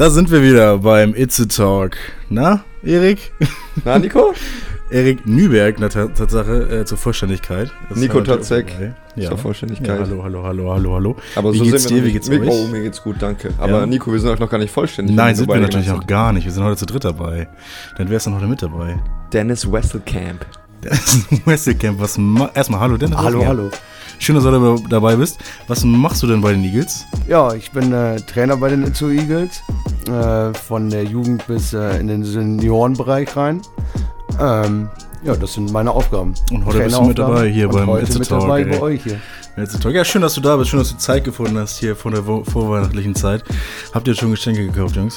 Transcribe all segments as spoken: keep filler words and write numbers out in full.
Da sind wir wieder beim It's a Talk. Na, Erik? Na, Nico? Erik Nüberg, na, Tatsache, äh, zur Vollständigkeit. Das Nico Totzek, ja. zur Vollständigkeit. Ja, hallo, hallo, hallo, hallo, hallo. Aber wie so geht's sind wir dir, wie nicht, geht's euch? Oh, mir geht's gut, danke. Aber ja. Nico, wir sind auch noch gar nicht vollständig. Nein, sind wir natürlich sind. auch gar nicht. Wir sind heute zu dritt dabei. Dann wär's dann heute mit dabei. Dennis Wesselkamp. Dennis Wesselkamp, was ma- erstmal hallo Dennis. Hallo, hallo. Schön, dass du dabei bist. Was machst du denn bei den Eagles? Ja, ich bin äh, Trainer bei den Itzu Eagles. Äh, von der Jugend bis äh, in den Seniorenbereich rein. Ähm, ja, das sind meine Aufgaben. Und heute bist du mit dabei hier und beim heute It's a mit Talk. dabei ey. bei euch hier. It's a Talk. Ja, schön, dass du da bist. Schön, dass du Zeit gefunden hast hier von der wo- vorweihnachtlichen Zeit. Habt ihr schon Geschenke gekauft, Jungs?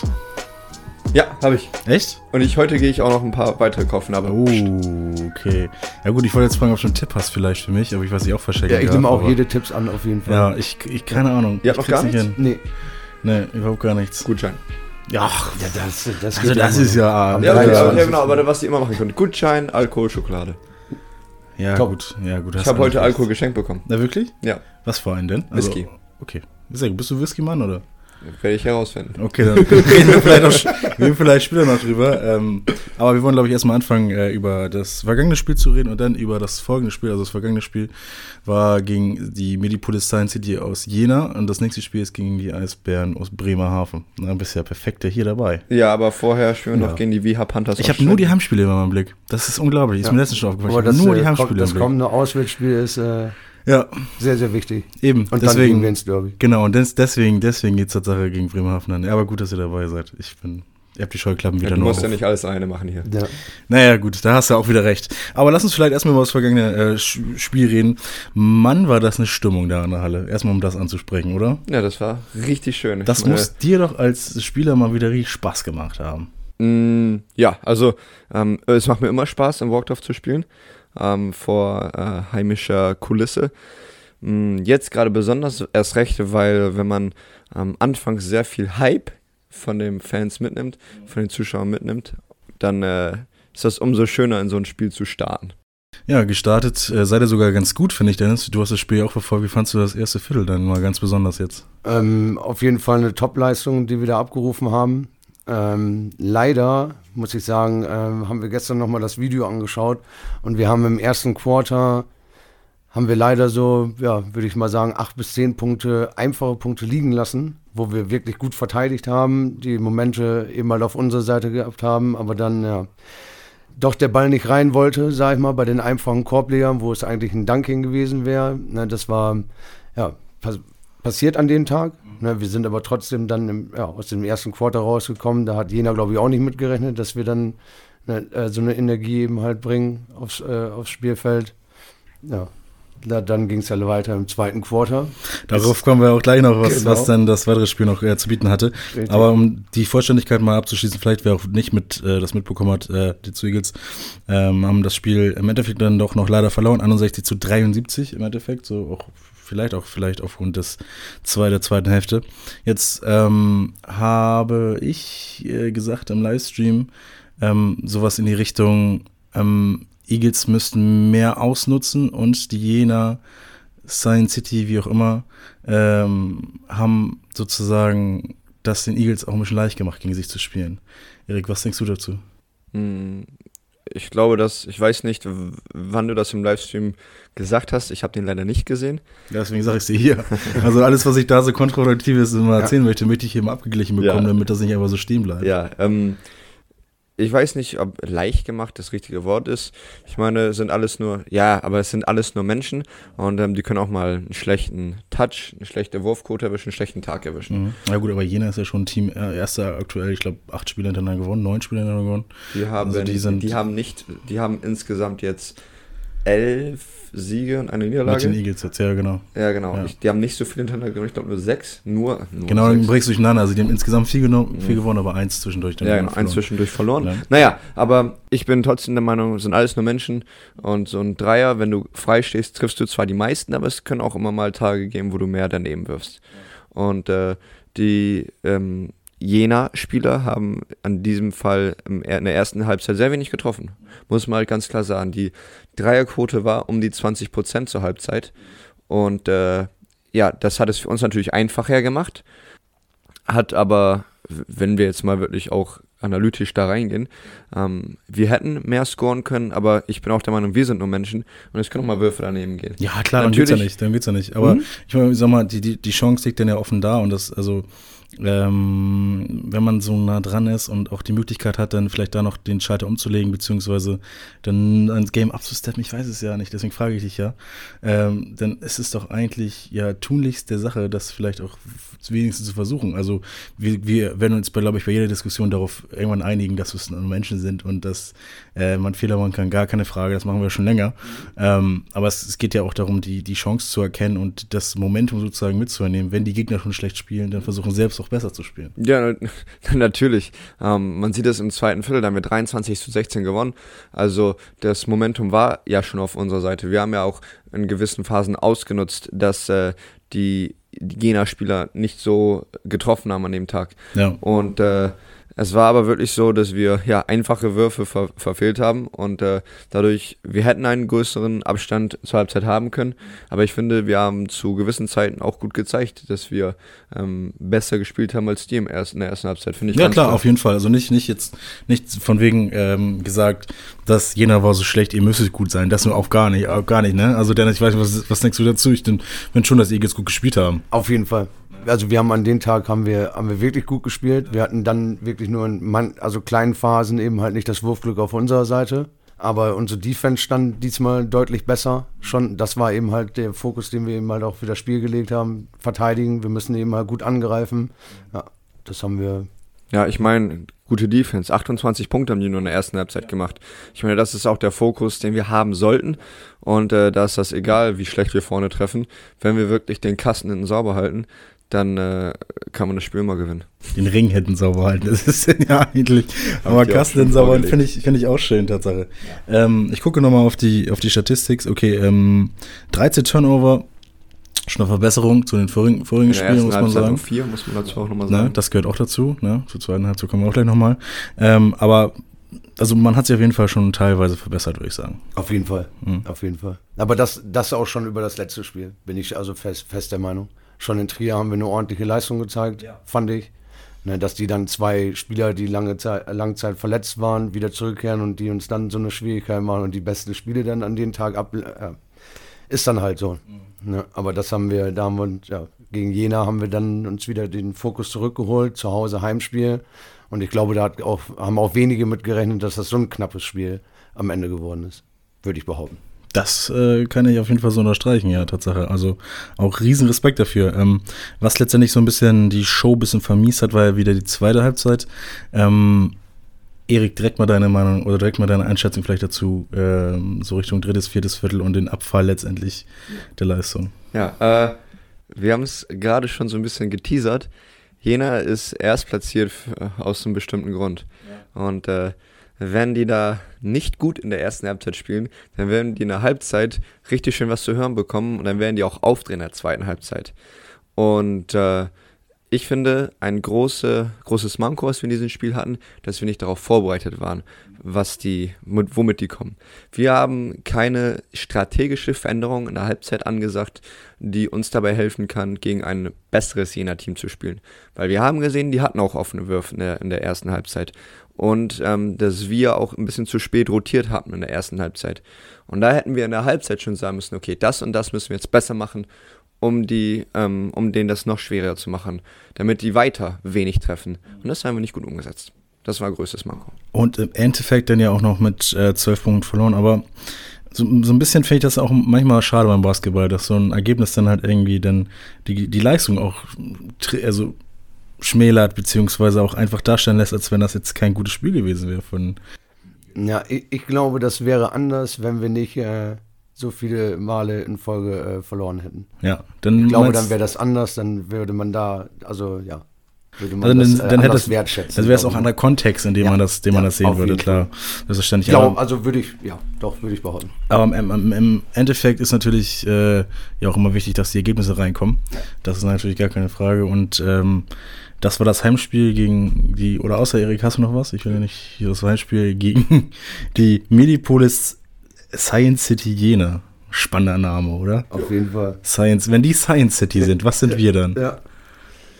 Ja, habe ich. Echt? Und ich heute gehe ich auch noch ein paar weitere kaufen, aber. Oh, okay. Ja gut, ich wollte jetzt fragen, ob du einen Tipp hast vielleicht für mich, aber ich weiß nicht, auch verschenken Ja, ich darf, nehme auch aber- jede Tipps an, auf jeden Fall. Ja, ich, ich keine Ahnung. Ihr Ich habt noch krieg's gar nicht nichts? hin. Nee. Nee, überhaupt gar nichts. Gutschein. Ja, Ja, das, das, also geht das ja ist ja... Ja, Ja, ja, ja, ja, genau, aber was ihr immer machen könnt. Gutschein, Alkohol, Schokolade. Ja, Top. gut. Ja, gut. Ich hast habe du heute recht. Alkohol geschenkt bekommen. Na, wirklich? Ja, Was für einen denn? Also, Whisky. Okay. Sehr gut. Bist du Whisky-Mann, oder? werde ich herausfinden. Okay, dann reden wir vielleicht, auch, reden wir vielleicht später noch drüber. Ähm, aber wir wollen, glaube ich, erstmal anfangen, äh, über das vergangene Spiel zu reden und dann über das folgende Spiel. Also das vergangene Spiel war gegen die Medipolis Science City aus Jena und das nächste Spiel ist gegen die Eisbären aus Bremerhaven. Na, bist ja perfekt hier dabei. Ja, aber vorher spielen wir Ja. noch gegen die Viha Panthers. Ich habe nur die Heimspiele immer im Blick. Das ist unglaublich. Ist Ja. mir letztens schon aufgefallen. Aber Ich hab das, nur die äh, Heimspiele komm- das im Blick. kommende Auswärtsspiel ist äh, Ja, sehr, sehr wichtig. eben. Und dann deswegen, gegen wir ins Derby. genau, und des, deswegen, deswegen geht es Tatsache gegen Bremerhaven an. Ja, aber gut, dass ihr dabei seid. Ich bin, ihr habt die Scheuklappen wieder Ja, du nur musst auf. ja nicht alles alleine machen hier. Ja. Naja, gut, da hast du auch wieder recht. Aber lass uns vielleicht erstmal über das vergangene äh, Sch- Spiel reden. Mann, war das eine Stimmung da in der Halle. Erstmal, um das anzusprechen, oder? Ja, das war richtig schön. Das Ich meine, muss dir doch als Spieler mal wieder richtig Spaß gemacht haben. Mm, ja, also ähm, es macht mir immer Spaß, im Walkdorf zu spielen, ähm, vor äh, heimischer Kulisse. Mm, jetzt gerade besonders erst recht, weil wenn man ähm, anfangs sehr viel Hype von den Fans mitnimmt, von den Zuschauern mitnimmt, dann äh, ist das umso schöner, in so ein Spiel zu starten. Ja, gestartet äh, seid ihr sogar ganz gut, finde ich, Dennis. Du hast das Spiel auch verfolgt. Wie fandst du das erste Viertel dann mal ganz besonders jetzt? Ähm, auf jeden Fall eine Top-Leistung, die wir da abgerufen haben. Ähm, leider, muss ich sagen, ähm, haben wir gestern nochmal das Video angeschaut und wir haben im ersten Quarter, haben wir leider so, ja, würde ich mal sagen, acht bis zehn Punkte, einfache Punkte liegen lassen, wo wir wirklich gut verteidigt haben, die Momente eben mal auf unserer Seite gehabt haben, aber dann, ja, doch der Ball nicht rein wollte, sag ich mal, bei den einfachen Korblegern, wo es eigentlich ein Dunking gewesen wäre. Ne, das war, ja, pass- passiert an dem Tag. Ne, wir sind aber trotzdem dann im, ja, aus dem ersten Quarter rausgekommen. Da hat Jena, glaube ich, auch nicht mitgerechnet, dass wir dann ne, äh, so eine Energie eben halt bringen aufs, äh, aufs Spielfeld. Ja, da, dann ging es ja weiter im zweiten Quarter. Darauf kommen wir auch gleich noch, was, Genau. was dann das weitere Spiel noch äh, zu bieten hatte. Richtig. Aber um die Vollständigkeit mal abzuschließen, vielleicht wer auch nicht mit äh, das mitbekommen hat, äh, die zu Eagles, ähm, haben das Spiel im Endeffekt dann doch noch leider verloren, einundsechzig zu dreiundsiebzig im Endeffekt, so auch vielleicht auch vielleicht aufgrund des zwei, der zweiten Hälfte. Jetzt ähm, habe ich äh, gesagt im Livestream ähm, sowas in die Richtung, ähm, Eagles müssten mehr ausnutzen und die Jena Science City, wie auch immer, ähm, haben sozusagen das den Eagles auch ein bisschen leicht gemacht, gegen sich zu spielen. Erik, was denkst du dazu? Mm, Ich glaube, dass, ich weiß nicht, w- wann du das im Livestream gesagt hast. Ich habe den leider nicht gesehen. Ja, deswegen sage ich es dir hier. Also alles, was ich da so Kontraproduktives immer Ja. erzählen möchte, möchte ich hier mal abgeglichen bekommen, Ja. damit das nicht einfach so stehen bleibt. Ja, ähm, ich weiß nicht, ob leicht gemacht das richtige Wort ist. Ich meine, es sind alles nur, ja, aber es sind alles nur Menschen und ähm, die können auch mal einen schlechten Touch, eine schlechte Wurfquote erwischen, einen schlechten Tag erwischen. Mhm. Na gut, aber Jena ist ja schon ein Team, äh, erster aktuell, ich glaube, acht Spiele hintereinander gewonnen, neun Spiele hintereinander gewonnen. Die haben, Also die die, sind- haben nicht, die haben insgesamt jetzt elf Siege und eine Mit den Niederlage. Eagles jetzt, ja genau. Ja, genau. Ja. Ich, die haben nicht so viel hintereinander gewonnen, ich glaube nur sechs, nur, nur Genau, dann sechs. brichst du durcheinander. Also die haben insgesamt viel, genommen, viel gewonnen, aber eins zwischendurch. Dann Ja, verloren. genau, eins zwischendurch verloren. Ja. Naja, aber ich bin trotzdem der Meinung, es sind alles nur Menschen und so ein Dreier, wenn du frei stehst, triffst du zwar die meisten, aber es können auch immer mal Tage geben, wo du mehr daneben wirfst. Und äh, die ähm, Jena-Spieler haben an diesem Fall im, in der ersten Halbzeit sehr wenig getroffen. Muss man halt ganz klar sagen. Die Dreierquote war um die zwanzig Prozent zur Halbzeit. Und äh, ja, das hat es für uns natürlich einfacher gemacht. Hat aber wenn wir jetzt mal wirklich auch analytisch da reingehen, ähm, wir hätten mehr scoren können, aber ich bin auch der Meinung, wir sind nur Menschen und es können auch mal Würfe daneben gehen. Ja, klar, dann geht's ja nicht, dann geht's ja nicht. Aber mhm. ich meine, sag mal, die, die, die Chance liegt dann ja offen da und das, also Ähm, wenn man so nah dran ist und auch die Möglichkeit hat, dann vielleicht da noch den Schalter umzulegen, beziehungsweise dann ein Game abzusteppen, ich weiß es ja nicht, deswegen frage ich dich ja, ähm, dann ist es doch eigentlich ja tunlichst der Sache, das vielleicht auch wenigstens zu versuchen. Also wir, wir werden uns, glaube ich, bei jeder Diskussion darauf irgendwann einigen, dass es nur Menschen sind und dass äh, man Fehler machen kann, gar keine Frage, das machen wir schon länger. Ähm, aber es, es geht ja auch darum, die, die Chance zu erkennen und das Momentum sozusagen mitzunehmen. Wenn die Gegner schon schlecht spielen, dann versuchen selbst auch besser zu spielen. Ja, natürlich. Ähm, man sieht es im zweiten Viertel, da haben wir dreiundzwanzig zu sechzehn gewonnen. Also das Momentum war ja schon auf unserer Seite. Wir haben ja auch in gewissen Phasen ausgenutzt, dass äh, die, die Jena-Spieler nicht so getroffen haben an dem Tag. Ja. Und äh, es war aber wirklich so, dass wir ja einfache Würfe ver- verfehlt haben und äh, dadurch, wir hätten einen größeren Abstand zur Halbzeit haben können, aber ich finde, wir haben zu gewissen Zeiten auch gut gezeigt, dass wir ähm, besser gespielt haben als die im ersten, in der ersten Halbzeit, finde ich. Ja, klar, klar, auf jeden Fall. Also nicht, nicht jetzt, nicht von wegen ähm, gesagt, dass Jena war so schlecht, ihr müsstet gut sein. Das nur auch gar nicht, auch gar nicht, ne? Also Dennis, ich weiß nicht, was, was denkst du dazu? Ich finde schon, dass ihr jetzt gut gespielt haben. Auf jeden Fall. Also wir haben an dem Tag haben wir, haben wir wirklich gut gespielt. Wir hatten dann wirklich nur in man, also kleinen Phasen eben halt nicht das Wurfglück auf unserer Seite. Aber unsere Defense stand diesmal deutlich besser. Schon, das war eben halt der Fokus, den wir eben halt auch für das Spiel gelegt haben. Verteidigen, wir müssen eben halt gut angreifen. Ja, das haben wir. Ja, ich meine, gute Defense. achtundzwanzig Punkte haben die nur in der ersten Halbzeit gemacht. Ich meine, das ist auch der Fokus, den wir haben sollten. Und äh, da ist das egal, wie schlecht wir vorne treffen. Wenn wir wirklich den Kasten hinten sauber halten, dann äh, kann man das Spiel mal gewinnen. Den Ring hätten sauber halten, das ist ja eigentlich. Aber Kasten hinten sauber halten finde ich, find ich auch schön, Tatsache. Ja. Ähm, ich gucke nochmal auf die, auf die Statistik. Okay, ähm, dreizehn Turnover. Schon eine Verbesserung zu den vorigen, vorigen Spielen, muss man sagen. vier muss man dazu auch nochmal sagen. Ne, das gehört auch dazu. Ne? Zur zweiten Halbzeit kommen wir auch gleich nochmal. Ähm, aber also man hat sich auf jeden Fall schon teilweise verbessert, würde ich sagen. Auf jeden Fall, mhm. auf jeden Fall. Aber das, das auch schon über das letzte Spiel, bin ich also fest, fest der Meinung. Schon in Trier haben wir eine ordentliche Leistung gezeigt, ja. fand ich. Ne, dass die dann zwei Spieler, die lange Zeit, lange Zeit verletzt waren, wieder zurückkehren und die uns dann so eine Schwierigkeit machen und die besten Spiele dann an den Tag ab... Äh, ist dann halt so. Mhm. Ne, aber das haben wir, da haben wir uns, ja, gegen Jena haben wir dann uns wieder den Fokus zurückgeholt, zu Hause Heimspiel. Und ich glaube, da hat auch, haben auch wenige mit gerechnet, dass das so ein knappes Spiel am Ende geworden ist. Würde ich behaupten. Das äh, kann ich auf jeden Fall so unterstreichen, ja, Tatsache. Also auch riesen Respekt dafür. Ähm, was letztendlich so ein bisschen die Show ein bisschen vermiest hat, war ja wieder die zweite Halbzeit. Ähm, Erik, direkt mal deine Meinung oder direkt mal deine Einschätzung vielleicht dazu, ähm, so Richtung drittes, viertes Viertel und den Abfall letztendlich der Leistung. Ja, äh, wir haben es gerade schon so ein bisschen geteasert. Jena ist erst platziert f- aus einem bestimmten Grund. Ja. Und äh, wenn die da nicht gut in der ersten Halbzeit spielen, dann werden die in der Halbzeit richtig schön was zu hören bekommen und dann werden die auch aufdrehen in der zweiten Halbzeit. Und äh, ich finde, ein große, großes Manko, was wir in diesem Spiel hatten, dass wir nicht darauf vorbereitet waren, was die, mit, womit die kommen. Wir haben keine strategische Veränderung in der Halbzeit angesagt, die uns dabei helfen kann, gegen ein besseres Jena-Team zu spielen. Weil wir haben gesehen, die hatten auch offene Würfe in der, in der ersten Halbzeit. Und ähm, dass wir auch ein bisschen zu spät rotiert hatten in der ersten Halbzeit. Und da hätten wir in der Halbzeit schon sagen müssen, okay, das und das müssen wir jetzt besser machen, um die, ähm, um denen das noch schwerer zu machen, damit die weiter wenig treffen. Und das haben wir nicht gut umgesetzt. Das war größtes Manko. Und im Endeffekt dann ja auch noch mit äh, zwölf Punkten verloren, aber so, so ein bisschen finde ich das auch manchmal schade beim Basketball, dass so ein Ergebnis dann halt irgendwie dann die, die Leistung auch also schmälert, beziehungsweise auch einfach darstellen lässt, als wenn das jetzt kein gutes Spiel gewesen wäre. Von ja, ich, ich glaube, das wäre anders, wenn wir nicht äh, so viele Male in Folge äh, verloren hätten. Ja, dann ich glaube, dann wäre das anders, dann würde man da, also ja, würde man also das dann, dann äh, hätte anders das, wertschätzen. Also wäre es auch ein anderer Kontext, in dem ja, man das, dem ja, man das sehen würde, klar. Das ist ständig. Ich glaube, also würde ich, ja, doch, würde ich behaupten. Aber im, im, im Endeffekt ist natürlich äh, ja auch immer wichtig, dass die Ergebnisse reinkommen. Das ist natürlich gar keine Frage. Und ähm, das war das Heimspiel gegen die, oder außer Erik, hast du noch was? Ich will ja nicht, das Heimspiel gegen die Medipolis Science City Jena. Spannender Name, oder? Auf jeden Fall. Science, wenn die Science City sind, was sind wir dann? Ja.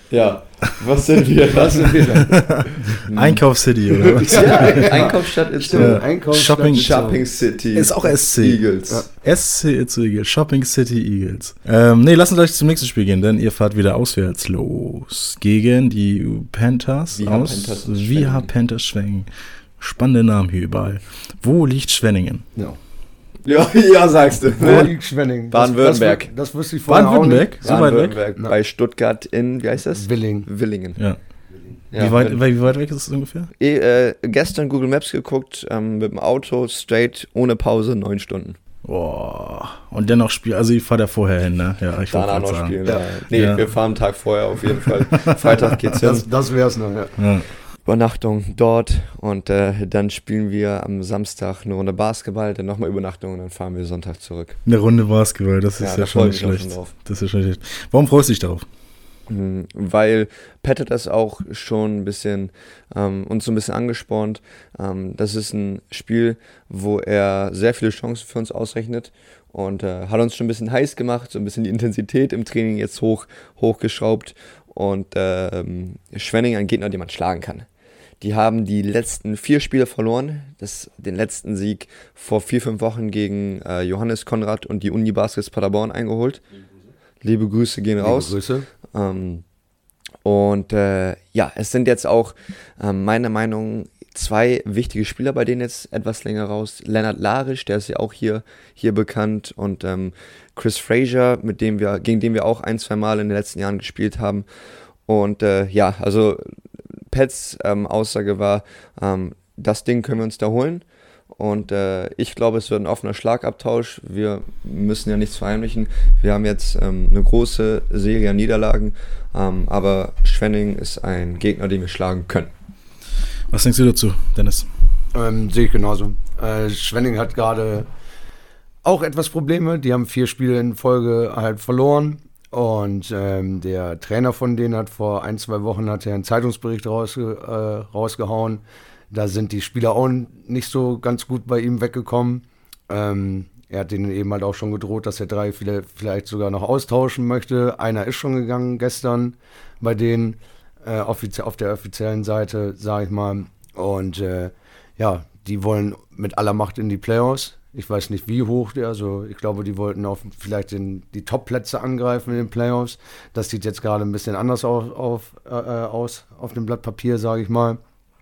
Ja, was sind wir? Was sind wir denn? Einkaufs-City, oder was? Ja, Einkaufsstadt ist so. Ja. Einkaufsstadt Shopping, Shopping City. Ist auch S C. Eagles. Ja. S C Itzu Eagles, Shopping City Eagles. Ähm, nee, lass uns gleich zum nächsten Spiel gehen, denn ihr fahrt wieder auswärts los. Gegen die Panthers Viha aus Panthers Viha Schwenningen. Panthers Schwenningen. Spannende Namen hier überall. Wo liegt Schwenningen? Ja. Ja, ja, sagst du. Wo liegt Schwenningen? Baden-Württemberg. Das, das, das wusste ich vorher Baden-Württemberg? So weit weg? Baden-Württemberg, Na. bei Stuttgart in, wie heißt auch das? nicht. Willing. Willingen. Ja. Ja, wie, weit, wenn- wie weit weg ist es ungefähr? Eh, äh, gestern Google Maps geguckt, ähm, mit dem Auto, straight, ohne Pause, neun Stunden. Boah. Und dennoch Spiel, also ich fahre da vorher hin, ne? Ja, ich wollte Danach gerade noch sagen. spielen. Ja. Ja. Nee, Ja. wir fahren einen Tag vorher auf jeden Fall. Freitag geht's hin. Das, das wär's noch, ja. Ja. Übernachtung dort und äh, dann spielen wir am Samstag eine Runde Basketball, dann nochmal Übernachtung und dann fahren wir Sonntag zurück. Eine Runde Basketball, das ist Ja, ja, da schon freu nicht ich mich auch schlecht. schon drauf. Das ist ja schon nicht schlecht. Warum freust du dich darauf? Mhm, Weil Pat hat das auch schon ein bisschen, ähm, uns so ein bisschen angespornt. Ähm, das ist ein Spiel, wo er sehr viele Chancen für uns ausrechnet und äh, hat uns schon ein bisschen heiß gemacht, so ein bisschen die Intensität im Training jetzt hoch, hochgeschraubt und ähm, Schwenning ein Gegner, den man schlagen kann. Die haben die letzten vier Spiele verloren, das, den letzten Sieg vor vier, fünf Wochen gegen äh, Johannes Konrad und die Unibaskets Paderborn eingeholt. Liebe Grüße gehen raus. Liebe Grüße. Ähm, und äh, ja, es sind jetzt auch ähm, meiner Meinung nach zwei wichtige Spieler bei denen jetzt etwas länger raus. Lennart Larisch, der ist ja auch hier, hier bekannt und ähm, Chris Frazier, mit dem wir, gegen den wir auch ein, zwei Mal in den letzten Jahren gespielt haben. Und äh, ja, also Pets ähm, Aussage war, ähm, das Ding können wir uns da holen. Und äh, ich glaube, es wird ein offener Schlagabtausch. Wir müssen ja nichts verheimlichen. Wir haben jetzt ähm, eine große Serie an Niederlagen, ähm, aber Schwenning ist ein Gegner, den wir schlagen können. Was denkst du dazu, Dennis? Ähm, sehe ich genauso. Äh, Schwenning hat gerade auch etwas Probleme. Die haben vier Spiele in Folge halt verloren. Und ähm, der Trainer von denen hat vor ein, zwei Wochen hat er einen Zeitungsbericht rausge äh, rausgehauen. Da sind die Spieler auch nicht so ganz gut bei ihm weggekommen. Ähm, er hat denen eben halt auch schon gedroht, dass er drei viele vielleicht sogar noch austauschen möchte. Einer ist schon gegangen gestern bei denen äh, offizie- auf der offiziellen Seite, sage ich mal. Und äh, ja, die wollen mit aller Macht in die Playoffs. Ich weiß nicht, wie hoch der, also ich glaube, die wollten auf vielleicht den, die Top-Plätze angreifen in den Playoffs. Das sieht jetzt gerade ein bisschen anders auf, auf, äh, aus auf dem Blatt Papier, sage ich mal.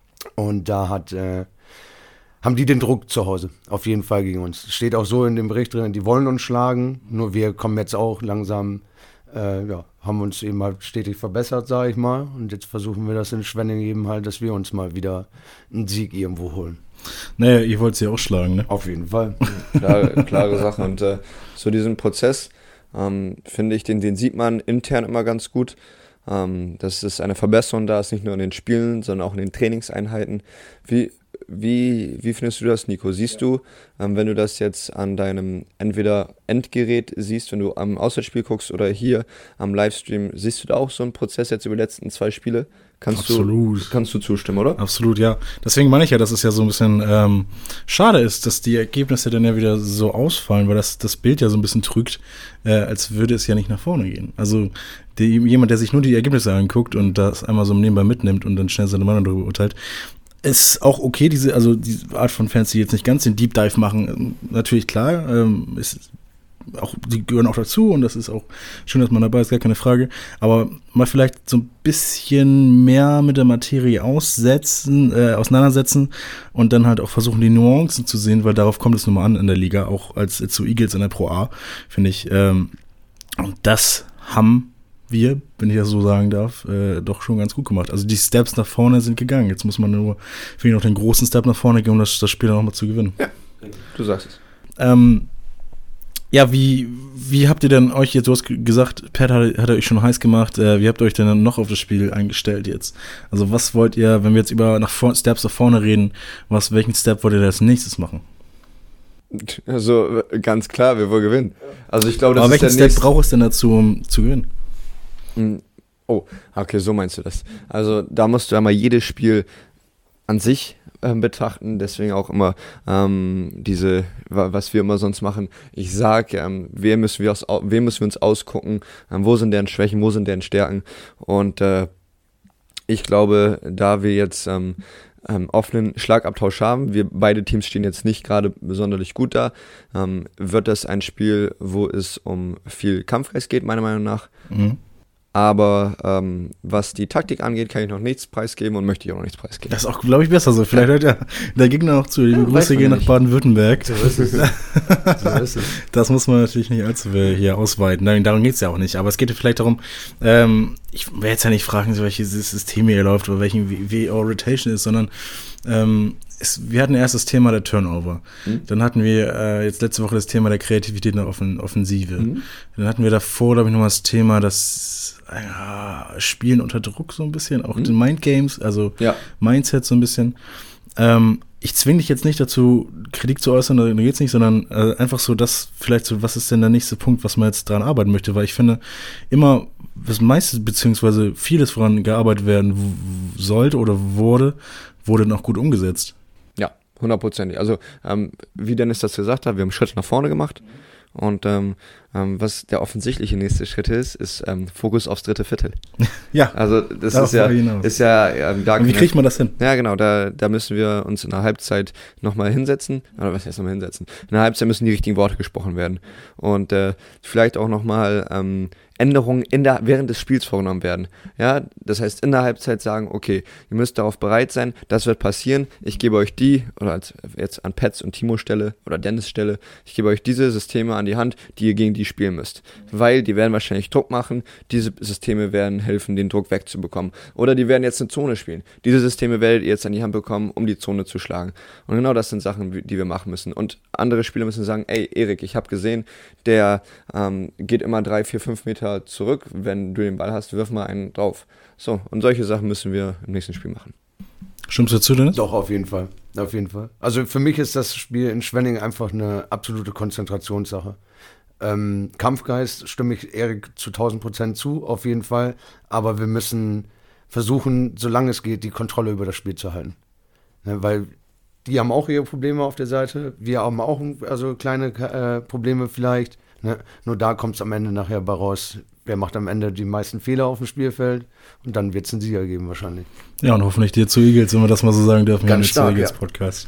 Und da hat, äh, haben die den Druck zu Hause, auf jeden Fall gegen uns. Steht auch so in dem Bericht drin, die wollen uns schlagen, nur wir kommen jetzt auch langsam, äh, ja, haben uns eben halt stetig verbessert, sage ich mal. Und jetzt versuchen wir das in Schwenningen eben halt, dass wir uns mal wieder einen Sieg irgendwo holen. Naja, ihr wollt sie auch schlagen, ne? Auf jeden Fall. Klare, klare Sache. Und äh, so diesen Prozess, ähm, finde ich, den, den sieht man intern immer ganz gut. Ähm, dass es eine Verbesserung da ist, nicht nur in den Spielen, sondern auch in den Trainingseinheiten. Wie, wie, wie findest du das, Nico? Siehst du, ähm, wenn du das jetzt an deinem entweder Endgerät siehst, wenn du am Auswärtsspiel guckst oder hier am Livestream, siehst du da auch so einen Prozess jetzt über die letzten zwei Spiele? Kannst Absolut. Du, kannst du zustimmen, oder? Absolut, ja. Deswegen meine ich ja, dass es ja so ein bisschen ähm, schade ist, dass die Ergebnisse dann ja wieder so ausfallen, weil das, das Bild ja so ein bisschen trügt, äh, als würde es ja nicht nach vorne gehen. Also die, jemand, der sich nur die Ergebnisse anguckt und das einmal so nebenbei mitnimmt und dann schnell seine Meinung darüber urteilt, ist auch okay, diese, also diese Art von Fans, die jetzt nicht ganz den Deep Dive machen, natürlich klar, ähm, ist auch, die gehören auch dazu und das ist auch schön, dass man dabei ist, gar keine Frage, aber mal vielleicht so ein bisschen mehr mit der Materie aussetzen, äh, auseinandersetzen und dann halt auch versuchen, die Nuancen zu sehen, weil darauf kommt es nun mal an in der Liga, auch als zu Eagles in der Pro A, finde ich, ähm, und das haben wir, wenn ich das so sagen darf, äh, doch schon ganz gut gemacht. Also die Steps nach vorne sind gegangen. Jetzt muss man nur, finde ich, noch den großen Step nach vorne gehen, um das, das Spiel dann nochmal zu gewinnen. Ja, du sagst es. Ähm, ja, wie, wie habt ihr denn euch jetzt, du hast gesagt, Pat hat, hat euch schon heiß gemacht, äh, wie habt ihr euch denn noch auf das Spiel eingestellt jetzt? Also was wollt ihr, wenn wir jetzt über nach vor, Steps nach vorne reden, was, welchen Step wollt ihr als nächstes machen? Also ganz klar, wir wollen gewinnen. Also ich glaube, das Aber ist welchen der Step nächste. braucht es denn dazu, um zu gewinnen? Oh, okay, so meinst du das. Also da musst du einmal jedes Spiel an sich äh, betrachten, deswegen auch immer ähm, diese, was wir immer sonst machen. Ich sage, ähm, wen müssen wir, aus, wen müssen wir uns ausgucken, ähm, wo sind deren Schwächen, wo sind deren Stärken und äh, ich glaube, da wir jetzt ähm, ähm, offenen Schlagabtausch haben, wir beide Teams stehen jetzt nicht gerade besonders gut da, ähm, wird das ein Spiel, wo es um viel Kampfgeist geht, meiner Meinung nach. Mhm. Aber ähm, was die Taktik angeht, kann ich noch nichts preisgeben und möchte ich auch noch nichts preisgeben. Das ist auch, glaube ich, besser so. Vielleicht hört ja der Gegner auch zu. Liebe ja, Grüße gehen nach Baden-Württemberg. So ist es. So ist es. Das muss man natürlich nicht allzu hier ausweiten. Nein, darum geht es ja auch nicht. Aber es geht ja vielleicht darum, ähm, ich werde jetzt ja nicht fragen, welches System hier läuft oder welchen W O Rotation ist, sondern ähm, es, wir hatten erst das Thema der Turnover. Mhm. Dann hatten wir äh, jetzt letzte Woche das Thema der Kreativität in der Offen- Offensive. Mhm. Dann hatten wir davor, glaube ich, nochmal das Thema, das ja, Spielen unter Druck so ein bisschen, auch mhm. den Mindgames, also ja. Mindset so ein bisschen. Ähm, ich zwinge dich jetzt nicht dazu, Kritik zu äußern, da geht's nicht, sondern äh, einfach so, das vielleicht so, was ist denn der nächste Punkt, was man jetzt dran arbeiten möchte, weil ich finde, immer das meiste, beziehungsweise vieles, woran gearbeitet werden w- sollte oder wurde, wurde dann auch gut umgesetzt. Ja, hundertprozentig. Also, ähm, wie Dennis das gesagt hat, wir haben Schritte nach vorne gemacht. Und ähm, ähm, was der offensichtliche nächste Schritt ist, ist ähm, Fokus aufs dritte Viertel. Ja. Also das ist ja, ist ja ähm, gar Und wie kriegt man das hin? Ja, genau, da, da müssen wir uns in der Halbzeit nochmal hinsetzen. Oder was heißt nochmal hinsetzen? In der Halbzeit müssen die richtigen Worte gesprochen werden. Und äh, vielleicht auch nochmal ähm, Änderungen in der, während des Spiels vorgenommen werden. Ja, das heißt in der Halbzeit sagen, okay, ihr müsst darauf bereit sein, das wird passieren, ich gebe euch die, oder als, jetzt an Pets und Timo Stelle oder Dennis Stelle, ich gebe euch diese Systeme an die Hand, die ihr gegen die spielen müsst. Weil die werden wahrscheinlich Druck machen, diese Systeme werden helfen, den Druck wegzubekommen. Oder die werden jetzt eine Zone spielen. Diese Systeme werdet ihr jetzt an die Hand bekommen, um die Zone zu schlagen. Und genau das sind Sachen, die wir machen müssen. Und andere Spieler müssen sagen, ey Erik, ich habe gesehen, der ähm, geht immer drei, vier, fünf Meter zurück, wenn du den Ball hast, wirf mal einen drauf. So, und solche Sachen müssen wir im nächsten Spiel machen. Stimmst du dazu, Dennis? Doch, auf jeden Fall. Auf jeden Fall. Also für mich ist das Spiel in Schwenning einfach eine absolute Konzentrationssache. Ähm, Kampfgeist stimme ich Erik zu tausend Prozent zu, auf jeden Fall. Aber wir müssen versuchen, solange es geht, die Kontrolle über das Spiel zu halten. Ne, weil die haben auch ihre Probleme auf der Seite. Wir haben auch also kleine äh, Probleme vielleicht. Ne? Nur da kommt es am Ende nachher bei raus, wer macht am Ende die meisten Fehler auf dem Spielfeld und dann wird es einen Sieger geben wahrscheinlich. Ja, und hoffentlich dir zu Eagles, wenn wir das mal so sagen dürfen. Ganz stark, Eagles ja. Podcast.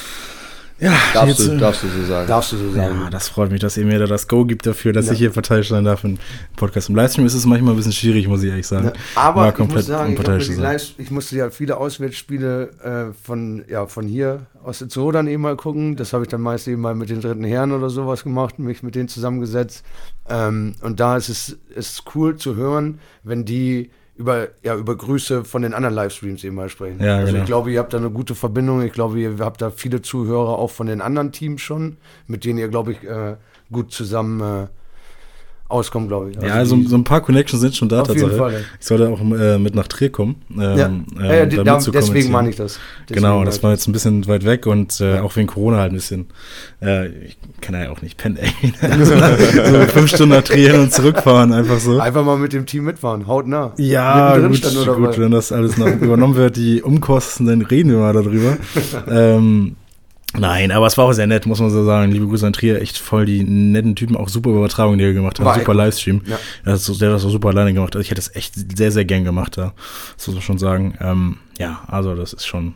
Ja, darfst, jetzt, du, darfst du so sagen. Darfst du so sagen. Ja, das freut mich, dass ihr mir da das Go gibt dafür, dass ja. ich hier verteidigt sein darf im Podcast. Im Livestream ist es manchmal ein bisschen schwierig, muss ich ehrlich sagen. Ja, aber ich muss sagen, ich, glaub, Live- ich musste ja viele Auswärtsspiele äh, von, ja, von hier aus der Zoo dann eben mal gucken. Das habe ich dann meist eben mal mit den dritten Herren oder sowas gemacht, mich mit denen zusammengesetzt. Ähm, und da ist es ist cool zu hören, wenn die über, ja, über Grüße von den anderen Livestreams eben mal sprechen. Ja, also genau. ich glaube, ihr habt da eine gute Verbindung. Ich glaube, ihr habt da viele Zuhörer auch von den anderen Teams schon, mit denen ihr, glaube ich, äh, gut zusammen äh, auskommen, glaube ich. Also ja, also so ein paar Connections sind schon da. Auf jeden Fall, ja. Ich sollte auch äh, mit nach Trier kommen. Ähm, ja, ähm, ja, ja da, deswegen meine ich das. Deswegen genau, das war jetzt ein bisschen weit weg und äh, ja. auch wegen Corona halt ein bisschen. Äh, ich kann ja auch nicht pennen, ey. so, so fünf Stunden nach Trier hin und zurückfahren, einfach so. Einfach mal mit dem Team mitfahren, hautnah. Ja, gut, oder gut wenn das alles noch übernommen wird, die Umkosten, dann reden wir mal darüber. ähm, Nein, aber es war auch sehr nett, muss man so sagen. Liebe Grüße an Trier, echt voll die netten Typen, auch super Übertragungen, die er gemacht hat, super Livestream. Ja. Der hat das auch super alleine gemacht. Also ich hätte das echt sehr, sehr gern gemacht da. Das muss man schon sagen. Ähm, ja, also das ist schon.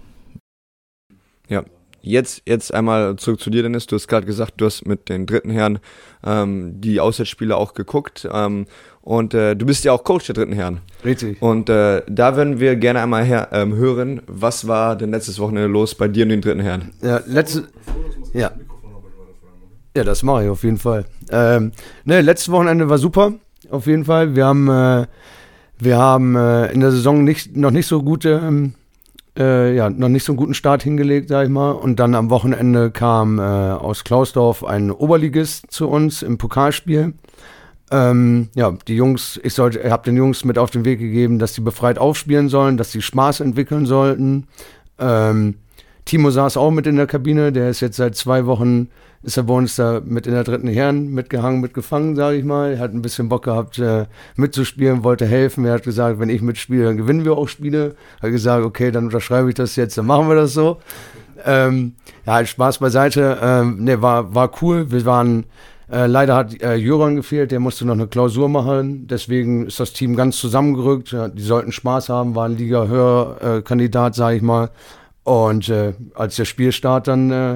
Ja, jetzt, jetzt einmal zurück zu dir, Dennis. Du hast gerade gesagt, du hast mit den dritten Herren ähm, die Auswärtsspiele auch geguckt. Ähm, und äh, du bist ja auch Coach der dritten Herren. Richtig. Und äh, da würden wir gerne einmal her, ähm, hören, was war denn letztes Wochenende los bei dir und den dritten Herren? Ja, letzte, ja. ja, das mache ich auf jeden Fall. Ähm, ne, letztes Wochenende war super, auf jeden Fall. Wir haben, äh, wir haben äh, in der Saison nicht, noch nicht so gute, ähm, äh, ja, noch nicht so einen guten Start hingelegt, sag ich mal. Und dann am Wochenende kam äh, aus Klausdorf ein Oberligist zu uns im Pokalspiel. Ähm, ja, die Jungs, ich sollte, ich habe den Jungs mit auf den Weg gegeben, dass sie befreit aufspielen sollen, dass sie Spaß entwickeln sollten. Ähm, Timo saß auch mit in der Kabine, der ist jetzt seit zwei Wochen, ist er bei uns da mit in der dritten Herren mitgehangen, mitgefangen, sage ich mal. Er hat ein bisschen Bock gehabt, äh, mitzuspielen, wollte helfen. Er hat gesagt, wenn ich mitspiele, dann gewinnen wir auch Spiele. Er hat gesagt, okay, dann unterschreibe ich das jetzt, dann machen wir das so. Ähm, ja, Spaß beiseite. Ähm, ne, war, war cool. Wir waren, äh, leider hat äh, Jöran gefehlt, der musste noch eine Klausur machen. Deswegen ist das Team ganz zusammengerückt. Ja, die sollten Spaß haben, waren Liga-Höher-Kandidat, sage ich mal. Und äh, als der Spielstart dann äh,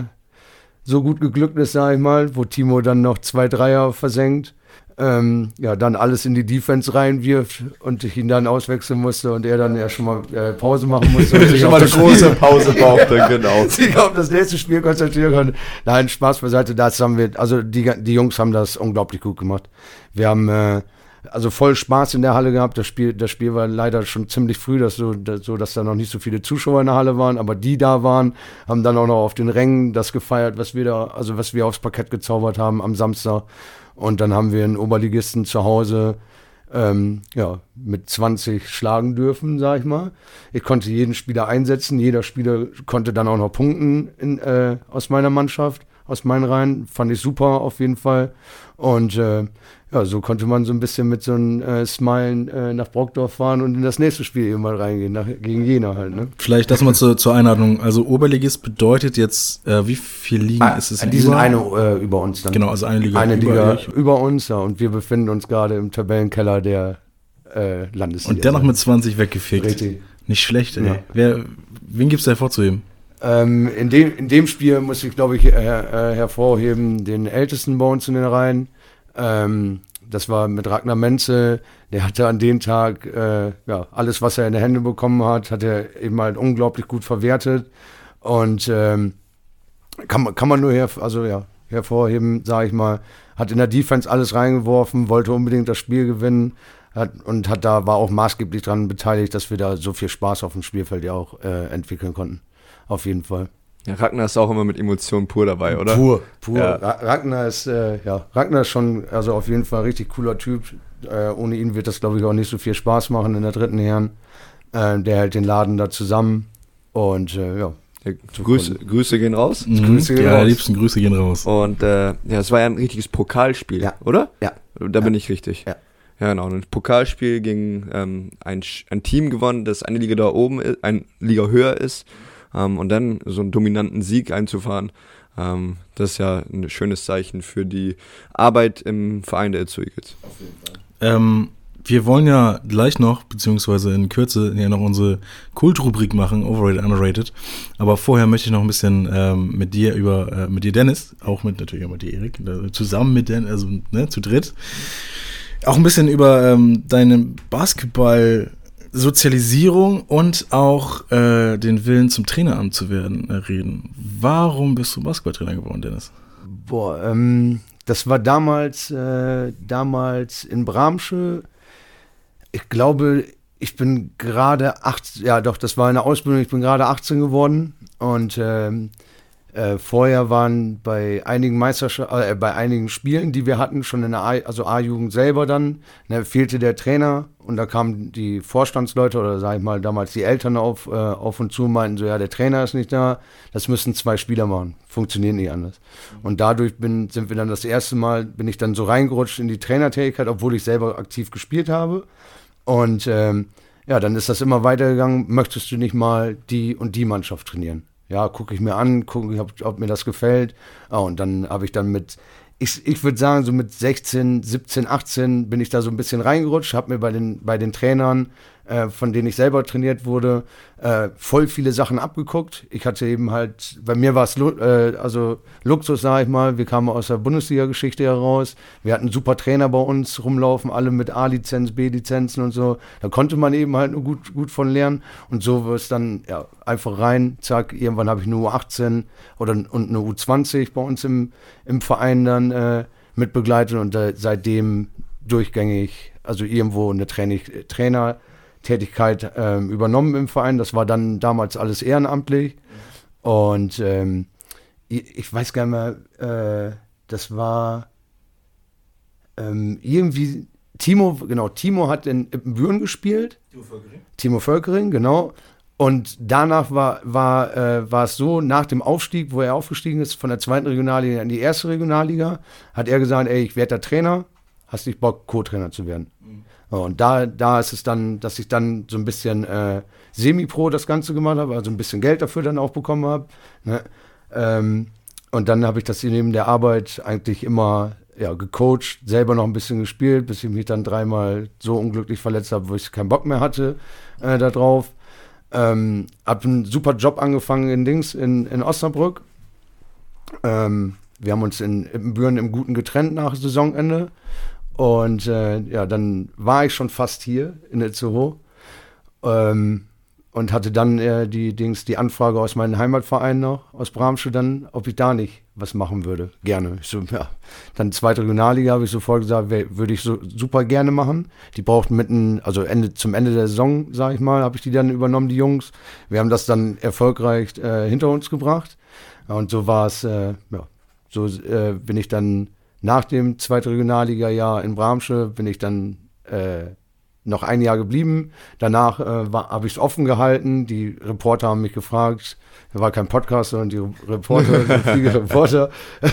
so gut geglückt ist, sage ich mal, wo Timo dann noch zwei Dreier versenkt, ähm, ja, dann alles in die Defense reinwirft und ich ihn dann auswechseln musste und er dann ja schon mal äh, Pause machen musste. Und sich schon mal eine große Pause brauchte, genau. sich auf das nächste Spiel konzentrieren konnte. Nein, Spaß beiseite, das haben wir, also die, die Jungs haben das unglaublich gut gemacht. Wir haben äh, also voll Spaß in der Halle gehabt. Das Spiel, das Spiel war leider schon ziemlich früh, dass so, dass, so, dass da noch nicht so viele Zuschauer in der Halle waren, aber die da waren, haben dann auch noch auf den Rängen das gefeiert, was wir da, also was wir aufs Parkett gezaubert haben am Samstag. Und dann haben wir einen Oberligisten zu Hause ähm, ja, mit zwanzig schlagen dürfen, sag ich mal. Ich konnte jeden Spieler einsetzen, jeder Spieler konnte dann auch noch punkten in, äh, aus meiner Mannschaft, aus meinen Reihen. Fand ich super auf jeden Fall. Und äh, ja, so konnte man so ein bisschen mit so einem äh, Smilen äh, nach Brockdorf fahren und in das nächste Spiel eben mal reingehen, nach, gegen Jena halt. Ne? Vielleicht das mal zur, zur Einordnung. Also Oberligist bedeutet jetzt, äh, wie viele Ligen ah, ist es? Die sind eine äh, über uns dann. Genau, also eine Liga eine über Liga euch. Über uns, ja. Und wir befinden uns gerade im Tabellenkeller der äh, Landesliga. Und der noch mit zwanzig weggefegt. Richtig. Nicht schlecht, ey. Ja. Wer, wen gibt's da hervorzuheben? Ähm, in, dem, in dem Spiel muss ich, glaube ich, äh, äh, hervorheben, den ältesten bei uns in den Reihen. Ähm, das war mit Ragnar Menzel. Der hatte an dem Tag äh, ja, alles, was er in die Hände bekommen hat, hat er eben halt unglaublich gut verwertet. Und ähm, kann, man, kann man nur her, also, ja, hervorheben, sage ich mal. Hat in der Defense alles reingeworfen, wollte unbedingt das Spiel gewinnen. Hat, und hat da war auch maßgeblich daran beteiligt, dass wir da so viel Spaß auf dem Spielfeld ja auch äh, entwickeln konnten. Auf jeden Fall. Ja, Ragnar ist auch immer mit Emotionen pur dabei, oder? Pur, pur. Ja. Ragnar ist, äh, ja, Ragnar ist schon, also auf jeden Fall ein richtig cooler Typ. Äh, ohne ihn wird das, glaube ich, auch nicht so viel Spaß machen in der dritten Herren. Äh, der hält den Laden da zusammen und äh, ja. Ja, Grüße, Grüße gehen raus. Mhm. Grüße gehen ja, raus. die liebsten Grüße gehen raus. Und äh, ja, es war ja ein richtiges Pokalspiel, Ja. oder? Ja. Da bin Ja. ich richtig. Ja. Ja, genau. Ein Pokalspiel gegen ähm, ein, Sch- ein Team gewonnen, das eine Liga da oben ist, eine Liga höher ist. Ähm, und dann so einen dominanten Sieg einzufahren, ähm, das ist ja ein schönes Zeichen für die Arbeit im Verein der Itzehoe Eagles. Ähm, wir wollen ja gleich noch, beziehungsweise in Kürze, ja noch unsere Kultrubrik machen, Overrated, Underrated. Aber vorher möchte ich noch ein bisschen ähm, mit dir über, äh, mit dir Dennis, auch mit natürlich auch mit dir Erik, äh, zusammen mit Dennis, also ne, zu dritt, auch ein bisschen über ähm, deine Basketball-Sozialisierung und auch äh, den Willen zum Traineramt zu werden, äh, reden. Warum bist du Basketballtrainer geworden, Dennis? Boah, ähm, das war damals, äh, damals in Bramsche. Ich glaube, ich bin gerade achtzehn, ja doch, das war eine Ausbildung, ich bin gerade achtzehn geworden und ähm, äh, vorher waren bei einigen Meisterschaften, äh, bei einigen Spielen, die wir hatten, schon in der A, also A-Jugend selber dann, ne, fehlte der Trainer und da kamen die Vorstandsleute oder sag ich mal damals die Eltern auf, äh, auf und zu und meinten so, ja, der Trainer ist nicht da, das müssen zwei Spieler machen, funktioniert nicht anders. Und dadurch bin, sind wir dann das erste Mal, bin ich dann so reingerutscht in die Trainertätigkeit, obwohl ich selber aktiv gespielt habe. Und ähm, ja, dann ist das immer weitergegangen, möchtest du nicht mal die und die Mannschaft trainieren? Ja, gucke ich mir an, gucke, ob, ob mir das gefällt. Ah, und dann habe ich dann mit, ich, ich würde sagen, so mit sechzehn, siebzehn, achtzehn bin ich da so ein bisschen reingerutscht, habe mir bei den, bei den Trainern, äh, von denen ich selber trainiert wurde, äh, voll viele Sachen abgeguckt. Ich hatte eben halt, bei mir war es äh, also Luxus, sage ich mal, wir kamen aus der Bundesliga-Geschichte heraus, wir hatten super Trainer bei uns rumlaufen, alle mit A-Lizenz, B-Lizenzen und so, da konnte man eben halt nur gut, gut von lernen und so war es dann ja, einfach rein, zack, irgendwann habe ich eine U achtzehn oder, und eine U zwanzig bei uns im, im Verein dann äh, mitbegleitet und äh, seitdem durchgängig, also irgendwo eine Training, Trainer Tätigkeit ähm, übernommen im Verein. Das war dann damals alles ehrenamtlich. Und ähm, ich, ich weiß gar nicht mehr, äh, das war ähm, irgendwie, Timo, genau, Timo hat in Ippenbüren gespielt. Timo Völkering. Timo Völkering, genau. Und danach war, war, äh, war es so, nach dem Aufstieg, wo er aufgestiegen ist, von der zweiten Regionalliga in die erste Regionalliga, hat er gesagt, ey, ich werde der Trainer, hast nicht Bock, Co-Trainer zu werden. Mhm. So, und da, da ist es dann, dass ich dann so ein bisschen äh, semi-pro das Ganze gemacht habe, also ein bisschen Geld dafür dann auch bekommen habe. Ne? Ähm, und dann habe ich das neben der Arbeit eigentlich immer ja, gecoacht, selber noch ein bisschen gespielt, bis ich mich dann dreimal so unglücklich verletzt habe, wo ich keinen Bock mehr hatte äh, da drauf. Ähm, hab einen super Job angefangen in Dings, in, in Osnabrück. Ähm, wir haben uns in Ibbenbüren im Guten getrennt nach Saisonende. Und äh, ja, dann war ich schon fast hier in Itzehoe. Ähm, und hatte dann äh, die Dings, die Anfrage aus meinem Heimatverein noch, aus Bramsche dann, ob ich da nicht was machen würde. Gerne. Ich so, ja. Dann zweite Regionalliga habe ich sofort gesagt, würde ich so super gerne machen. Die brauchten mitten, also Ende, zum Ende der Saison, sage ich mal, habe ich die dann übernommen, die Jungs. Wir haben das dann erfolgreich äh, hinter uns gebracht. Und so war es, äh, ja, so äh, bin ich dann nach dem zweiten Regionalliga-Jahr in Bramsche, bin ich dann äh, noch ein Jahr geblieben. Danach äh, habe ich es offen gehalten. Die Reporter haben mich gefragt, da war kein Podcast, sondern die Reporter, die viele Reporter,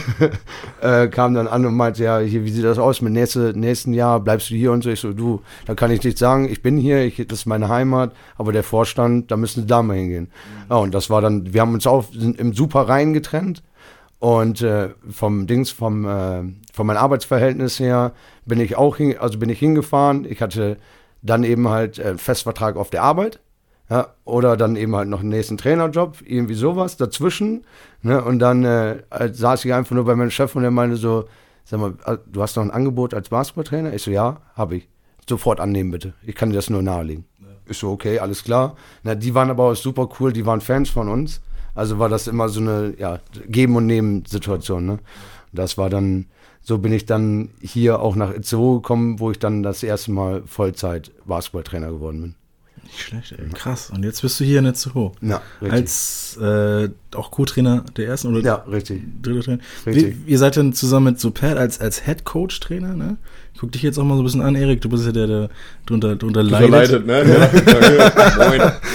äh, kamen dann an und meinten, ja, hier, wie sieht das aus mit nächste, nächsten Jahr, bleibst du hier und so. Ich so, du, da kann ich nicht sagen, ich bin hier, ich, das ist meine Heimat, aber der Vorstand, da müssen Sie da mal hingehen. Mhm. Ja, und das war dann, wir haben uns auch sind im super Reihen getrennt. Und äh, vom Dings, vom, äh, von meinem Arbeitsverhältnis her bin ich auch hin, also bin ich hingefahren. Ich hatte dann eben halt äh, Festvertrag auf der Arbeit, ja, oder dann eben halt noch einen nächsten Trainerjob, irgendwie sowas dazwischen. Ne? Und dann äh, saß ich einfach nur bei meinem Chef und der meinte so, sag mal, du hast noch ein Angebot als Basketballtrainer? Ich so, ja, habe ich. Sofort annehmen bitte. Ich kann dir das nur nahelegen. Ja. Ich so, okay, alles klar. Na, die waren aber auch super cool, die waren Fans von uns. Also war das immer so eine ja, Geben- und Nehmen-Situation. Ne? Das war dann, so bin ich dann hier auch nach Itzehoe gekommen, wo ich dann das erste Mal Vollzeit Basketballtrainer geworden bin. Nicht schlecht, ey. Krass. Und jetzt bist du hier in Itzehoe. Ja, richtig. Als äh, auch Co-Trainer der ersten oder ja, richtig. dritte Trainer. Richtig. Wie, ihr seid dann zusammen mit Super als, als Head-Coach-Trainer, ne? Ich guck dich jetzt auch mal so ein bisschen an, Erik. Du bist ja der, der drunter, drunter leidet. leidet. Ne? Ja.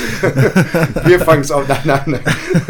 Moin. Wir fangen es auch dann an.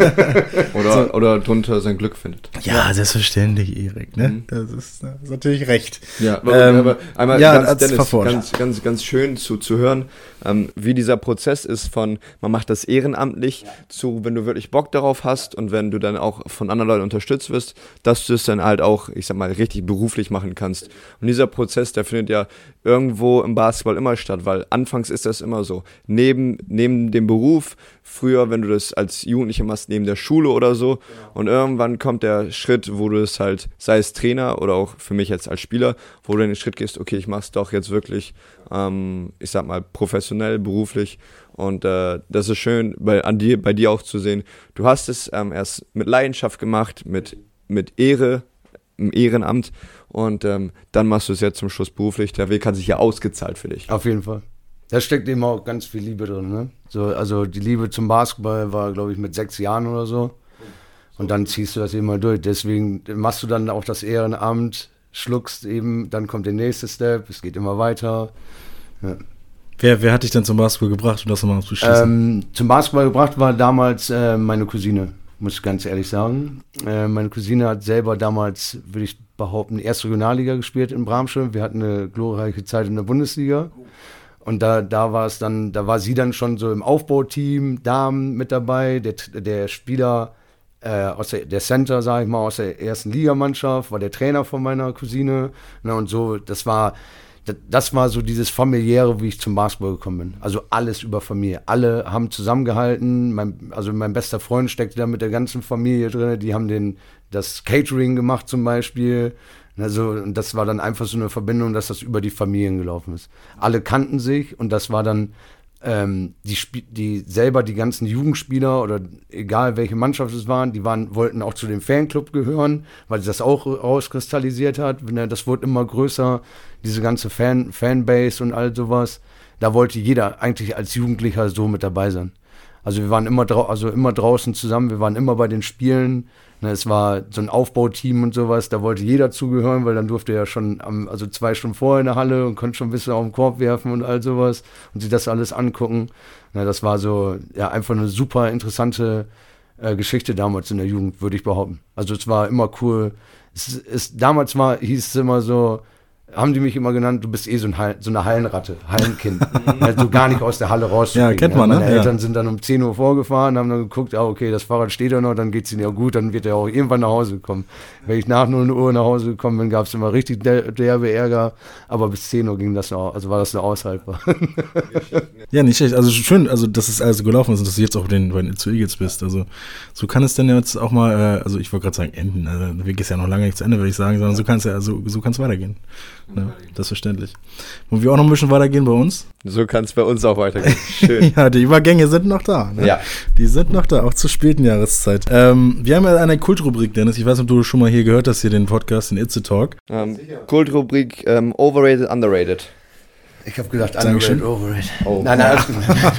Oder, so. oder drunter sein Glück findet. Ja, selbstverständlich, Erik. Ne? Mhm. Das, ist, das ist natürlich recht. Ja, aber, ähm, aber einmal ja, ganz, Dennis, ganz, ganz, ganz schön zu, zu hören, ähm, wie dieser Prozess ist von, man macht das ehrenamtlich, ja. zu, wenn du wirklich Bock darauf hast und wenn du dann auch von anderen Leuten unterstützt wirst, dass du es dann halt auch, ich sag mal, richtig beruflich machen kannst. Und dieser Prozess, der findet ja irgendwo im Basketball immer statt, weil anfangs ist das immer so. Neben, neben dem Beruf, früher, wenn du das als Jugendlicher machst, neben der Schule oder so. Genau. Und irgendwann kommt der Schritt, wo du es halt, sei es Trainer oder auch für mich jetzt als Spieler, wo du den Schritt gehst, okay, ich mach's doch jetzt wirklich, ähm, ich sag mal, professionell, beruflich. Und äh, das ist schön, bei, an dir, bei dir auch zu sehen. Du hast es ähm, erst mit Leidenschaft gemacht, mit, mit Ehre, im Ehrenamt. Und ähm, dann machst du es jetzt zum Schluss beruflich. Der Weg hat sich ja ausgezahlt für dich. Auf jeden Fall. Da steckt eben auch ganz viel Liebe drin. Ne? So, also die Liebe zum Basketball war, glaube ich, mit sechs Jahren oder so. Und dann ziehst du das eben mal durch. Deswegen machst du dann auch das Ehrenamt, schluckst eben, dann kommt der nächste Step, es geht immer weiter. Ja. Wer, wer hat dich denn zum Basketball gebracht, um das nochmal zu schließen? Ähm, zum Basketball gebracht war damals äh, meine Cousine, muss ich ganz ehrlich sagen. Äh, meine Cousine hat selber damals, würde ich behaupten, erste Regionalliga gespielt in Bramsche. Wir hatten eine glorreiche Zeit in der Bundesliga. Und da, da war es dann, da war sie dann schon so im Aufbauteam, Damen mit dabei, der, der Spieler äh, aus der, der Center, sage ich mal, aus der ersten Ligamannschaft, war der Trainer von meiner Cousine. Ne, und so, das war, das, das war so dieses familiäre, wie ich zum Basketball gekommen bin. Also alles über Familie. Alle haben zusammengehalten. Mein, also mein bester Freund steckte da mit der ganzen Familie drin. Die haben den, das Catering gemacht zum Beispiel. Also, und das war dann einfach so eine Verbindung, dass das über die Familien gelaufen ist. Alle kannten sich und das war dann ähm, die, die selber die ganzen Jugendspieler oder egal welche Mannschaft es waren, die waren, wollten auch zu dem Fanclub gehören, weil sich das auch rauskristallisiert hat. Das wurde immer größer, diese ganze Fan, Fanbase und all sowas. Da wollte jeder eigentlich als Jugendlicher so mit dabei sein. Also wir waren immer, drau- also immer draußen zusammen, wir waren immer bei den Spielen. Ne, es war so ein Aufbauteam und sowas, da wollte jeder zugehören, weil dann durfte er schon am, also zwei Stunden vorher in der Halle und konnte schon ein bisschen auf den Korb werfen und all sowas und sich das alles angucken. Ne, das war so, ja, einfach eine super interessante äh, Geschichte damals in der Jugend, würde ich behaupten. Also es war immer cool. Es ist, damals war, hieß es immer so, haben die mich immer genannt, du bist eh so, ein Hall, so eine Hallenratte, Hallenkind. Also gar nicht aus der Halle rauszukriegen. Ja, kennt man, Meine ne? Eltern Ja. sind dann um zehn Uhr vorgefahren, haben dann geguckt, ah, okay, das Fahrrad steht da noch, dann geht's ihnen ja gut, dann wird er auch irgendwann nach Hause kommen. Wenn ich nach null Uhr nach Hause gekommen bin, gab es immer richtig der- derbe Ärger, aber bis zehn Uhr ging das noch, also war das noch aushaltbar. Ja, nicht schlecht. Also schön, also dass es also gelaufen ist und dass du jetzt auch bei den, bei den zu Eagles bist. Also so kann es denn jetzt auch mal, äh, also ich wollte gerade sagen enden, also der Weg ist ja noch lange nicht zu Ende, würde ich sagen, sondern so kann es ja, also, so kann es weitergehen. Ne? Das ist verständlich. Und wir auch noch ein bisschen weitergehen bei uns. So kann es bei uns auch weitergehen. Schön. Ja, die Übergänge sind noch da. Ne? Ja. Die sind noch da, auch zur späten Jahreszeit. Ähm, wir haben ja eine Kultrubrik, Dennis. Ich weiß nicht, ob du schon mal hier gehört hast, hier den Podcast, den It's a Talk. Ähm, Kultrubrik ähm, Overrated, Underrated. Ich habe gedacht, Dankeschön. underrated, overrated. Oh. Nein, nein, alles gut.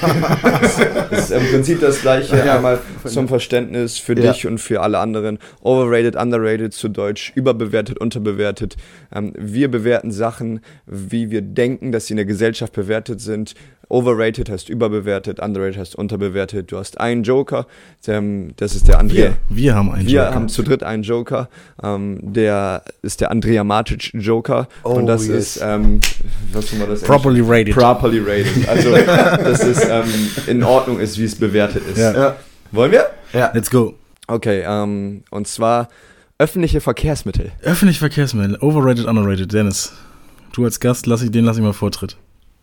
Das ist im Prinzip das Gleiche, Ja. einmal zum Verständnis für Ja. dich und für alle anderen. Overrated, underrated zu Deutsch, überbewertet, unterbewertet. Ähm, wir bewerten Sachen, wie wir denken, dass sie in der Gesellschaft bewertet sind. Overrated heißt überbewertet, underrated heißt unterbewertet. Du hast einen Joker, ähm, das ist der Andrea. Wir, wir haben einen Wir Joker. haben zu dritt einen Joker, ähm, der ist der Andrea Matic Joker Oh, und das yes. ist, ähm, was war das? Properly rated. Properly rated, also dass es ähm, in Ordnung ist, wie es bewertet ist. Ja. Ja, Wollen wir? ja. Let's go. Okay, ähm, und zwar öffentliche Verkehrsmittel. Öffentliche Verkehrsmittel, overrated, underrated. Dennis, du als Gast, lass ich, den lass ich mal Vortritt.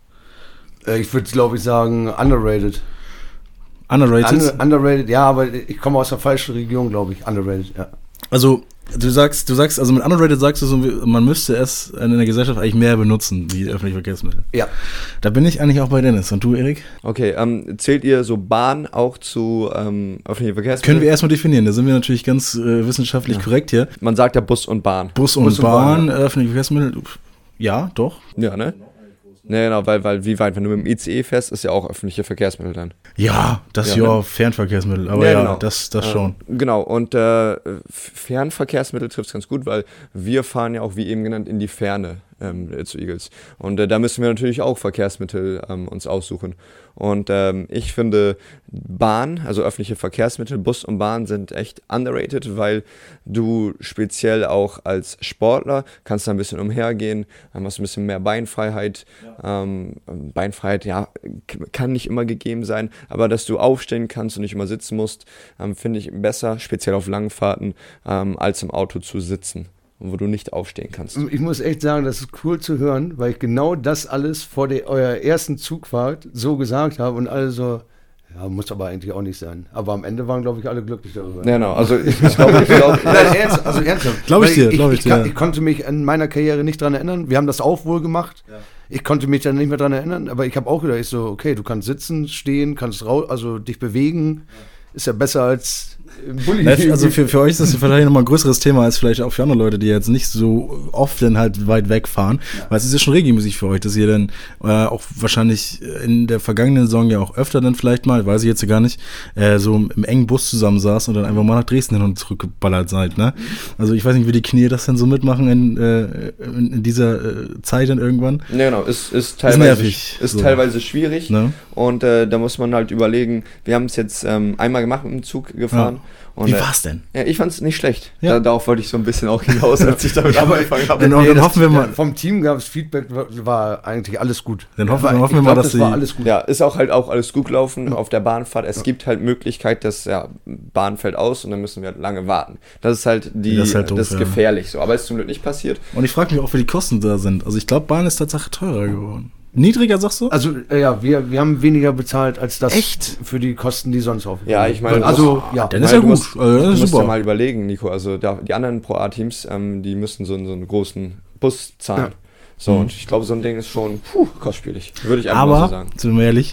Äh, Ich würde, glaube ich, sagen, underrated. Underrated? Under, underrated, ja, aber ich komme aus der falschen Region, glaube ich. Underrated, ja. Also, du sagst, du sagst, also mit underrated sagst du so, man müsste es in der Gesellschaft eigentlich mehr benutzen, die öffentlichen Verkehrsmittel. Ja. Da bin ich eigentlich auch bei Dennis. Und du, Erik? Okay, ähm, zählt ihr so Bahn auch zu ähm, öffentlichen Verkehrsmitteln? Können wir erstmal definieren, da sind wir natürlich ganz äh, wissenschaftlich korrekt hier. Man sagt ja Bus und Bahn. Bus und Bus und Bahn, Bahn, äh, öffentliche Verkehrsmittel, ja, doch. Ja, ne? Ne, genau, weil, weil wie weit, wenn du mit dem I C E fährst, ist ja auch öffentliche Verkehrsmittel dann. Ja, das Ja, ja, ne? Fernverkehrsmittel, aber Ja, ja, genau. das, das Äh, schon. Genau, und äh, Fernverkehrsmittel trifft es ganz gut, weil wir fahren ja auch, wie eben genannt, in die Ferne ähm, zu Eagles. Und äh, da müssen wir natürlich auch Verkehrsmittel ähm, uns aussuchen. Und ähm, ich finde, Bahn, also öffentliche Verkehrsmittel, Bus und Bahn sind echt underrated, weil du speziell auch als Sportler kannst da ein bisschen umhergehen, ähm, hast ein bisschen mehr Beinfreiheit. Ähm, Beinfreiheit, ja, k- kann nicht immer gegeben sein, aber dass du aufstehen kannst und nicht immer sitzen musst, ähm, finde ich besser, speziell auf langen Fahrten, ähm, als im Auto zu sitzen, wo du nicht aufstehen kannst. Ich muss echt sagen, das ist cool zu hören, weil ich genau das alles vor der, eurer ersten Zugfahrt so gesagt habe und alle so, ja, muss aber eigentlich auch nicht sein. Aber am Ende waren, glaube ich, alle glücklich darüber. Ja, genau, also ich, ich glaube, ich glaub, Nein, ernst, also ernsthaft. Glaub ich Weil dir, glaub ich ich, dir, kann- ja. Ich konnte mich in meiner Karriere nicht dran erinnern. Wir haben das auch wohl gemacht. Ich konnte mich dann nicht mehr dran erinnern, aber ich habe auch gedacht, ich so, okay, du kannst sitzen, stehen, kannst raus, also dich bewegen. Ist ja besser als im Bulli. Also für, für euch ist das vielleicht nochmal ein größeres Thema als vielleicht auch für andere Leute, die jetzt nicht so oft dann halt weit wegfahren. Weil es ist ja schon regelmäßig für euch, dass ihr dann äh, auch wahrscheinlich in der vergangenen Saison ja auch öfter dann vielleicht mal, weiß ich jetzt gar nicht, äh, so im engen Bus zusammen saß und dann einfach mal nach Dresden hin und zurückgeballert seid. Ne? Also ich weiß nicht, wie die Knie das dann so mitmachen in, äh, in, in dieser äh, Zeit dann irgendwann. ja, genau, ist, ist teilweise, nervig, ist so. teilweise schwierig. Ne? Und äh, da muss man halt überlegen, wir haben es jetzt ähm, einmal gemacht mit dem Zug gefahren. Ja. Und, Wie äh, war's denn? Ja, ich fand es nicht schlecht. Ja. Da, darauf wollte ich so ein bisschen auch hinaus, als ich damit angefangen habe. Dann, dann das- hoffen wir mal, Vom Team gab es Feedback, war, war eigentlich alles gut. Dann hoffen- War- dann hoffen wir ich mal, glaub, dass das war die- alles gut. Ja, ist auch halt auch alles gut gelaufen auf der Bahnfahrt. Es gibt halt Möglichkeit, dass ja, Bahn fällt aus und dann müssen wir halt lange warten. Das ist halt die, Das ist halt doof, das ist ja. gefährlich so. Aber ist zum Glück nicht passiert. und ich frage mich auch, wie die Kosten da sind. Also ich glaube, Bahn ist tatsächlich teurer geworden. Niedriger, sagst du? Also, äh, ja, wir, wir haben weniger bezahlt als das Echt? für die Kosten, die sonst aufgekommen Ja, ich meine, also, ja. dann ist Weil ja du gut. Musst, Also, das du ist musst super. ja mal überlegen, Nico. Also da, die anderen Pro A-Teams, ähm, die müssen so, einen- so einen großen Bus zahlen. Ja. So, Mhm. und ich glaube, so ein Ding ist schon puh, kostspielig. Würde ich einfach mal so Aber, sagen. sind wir ehrlich,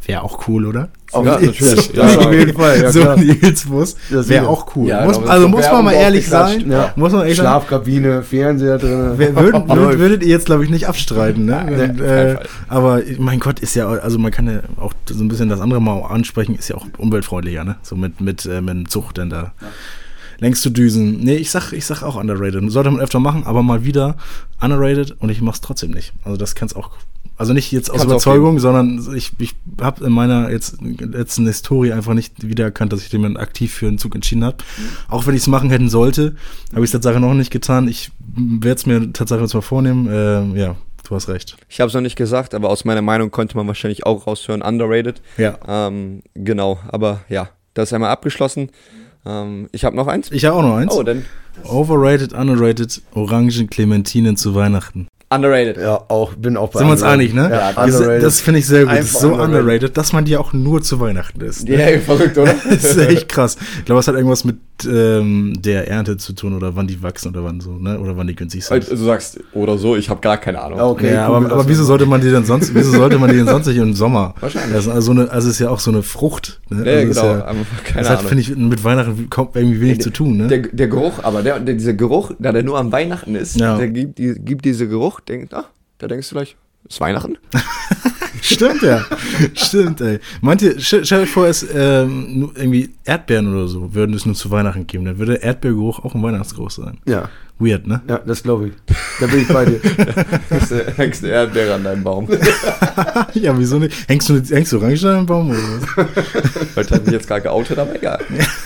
Wäre auch cool, oder? Auf Ja, jeden- natürlich. Ja, Ja, auf jeden Fall. Ja, so klar. ein Eagles-Bus Ja, wäre sicher. auch cool. Ja, muss, genau, also so muss man Werbung mal ehrlich aufgeklatscht. sein. Ja. Muss man ehrlich sagen. Schlafkabine, Fernseher drin. Wer- Würden, würdet, würdet ihr jetzt, glaube ich, nicht abstreiten, ne? Nein, Und, auf keinen äh, Fall. aber mein Gott, ist ja, also man kann ja auch so ein bisschen das andere mal ansprechen, ist ja auch umweltfreundlicher, ne? So mit, mit, äh, mit dem Zug denn da längst zu düsen. Nee, ich sag, ich sag auch underrated. Sollte man öfter machen, aber mal wieder underrated und ich mach's trotzdem nicht. Also das kann's auch, also nicht jetzt aus Kann's Überzeugung, sondern ich, ich habe in meiner jetzt letzten Historie einfach nicht wiedererkannt, dass ich jemand aktiv für einen Zug entschieden habe. Auch wenn ich es machen hätten sollte, habe ich es Tatsache noch nicht getan. Ich werde es mir Tatsache jetzt mal vornehmen. Äh, ja, du hast recht. Ich habe es noch nicht gesagt, aber aus meiner Meinung konnte man wahrscheinlich auch raushören, underrated. Ja. Ähm, genau, aber ja, das ist einmal abgeschlossen. Ähm, ich habe noch eins. Ich habe auch noch eins. Oh, dann Overrated, underrated, Orangen, Clementinen zu Weihnachten. underrated. Ja, auch, bin auch bei Sind wir uns underrated. einig, ne? Ja, das underrated. das finde ich sehr gut. Das ist Einfach so underrated. underrated, dass man die auch nur zu Weihnachten isst. Ne? Ja, verrückt, oder? Das ist echt krass. Ich glaube, es hat irgendwas mit ähm, der Ernte zu tun oder wann die wachsen oder wann so, ne? Oder wann die günstig sind. Also, du sagst oder so, ich habe gar keine Ahnung. Ja, okay, ja, gucken wir aber, das aber wieso mal. sollte man die denn sonst, wieso sollte man die denn sonst nicht im Sommer? Wahrscheinlich. Das ist also eine, also es ist ja auch so eine Frucht. Ne? Ja, also es genau. Ist ja, aber keine das hat, Ahnung. finde ich, mit Weihnachten kommt irgendwie wenig Der- zu tun, ne? Der, der Geruch, aber der, der, dieser Geruch, da der nur am Weihnachten ist, Ja. der gibt, die, gibt dieser Geruch, denkt, ah, da denkst du gleich, ist Weihnachten? Stimmt, ja. Stimmt, ey. Meint ihr, stell, stell euch vor, es ähm, nur irgendwie Erdbeeren oder so würden es nur zu Weihnachten geben. Dann würde Erdbeergeruch auch ein Weihnachtsgeruch sein. Ja, Weird, ne? ja, das glaube ich. Da bin ich bei dir. Hängst du hängst eine Erdbeere an deinem Baum. Ja, wieso nicht? Hängst du, hängst du Orangen an einem Baum oder was? Heute hat mich jetzt gerade geoutet, aber egal.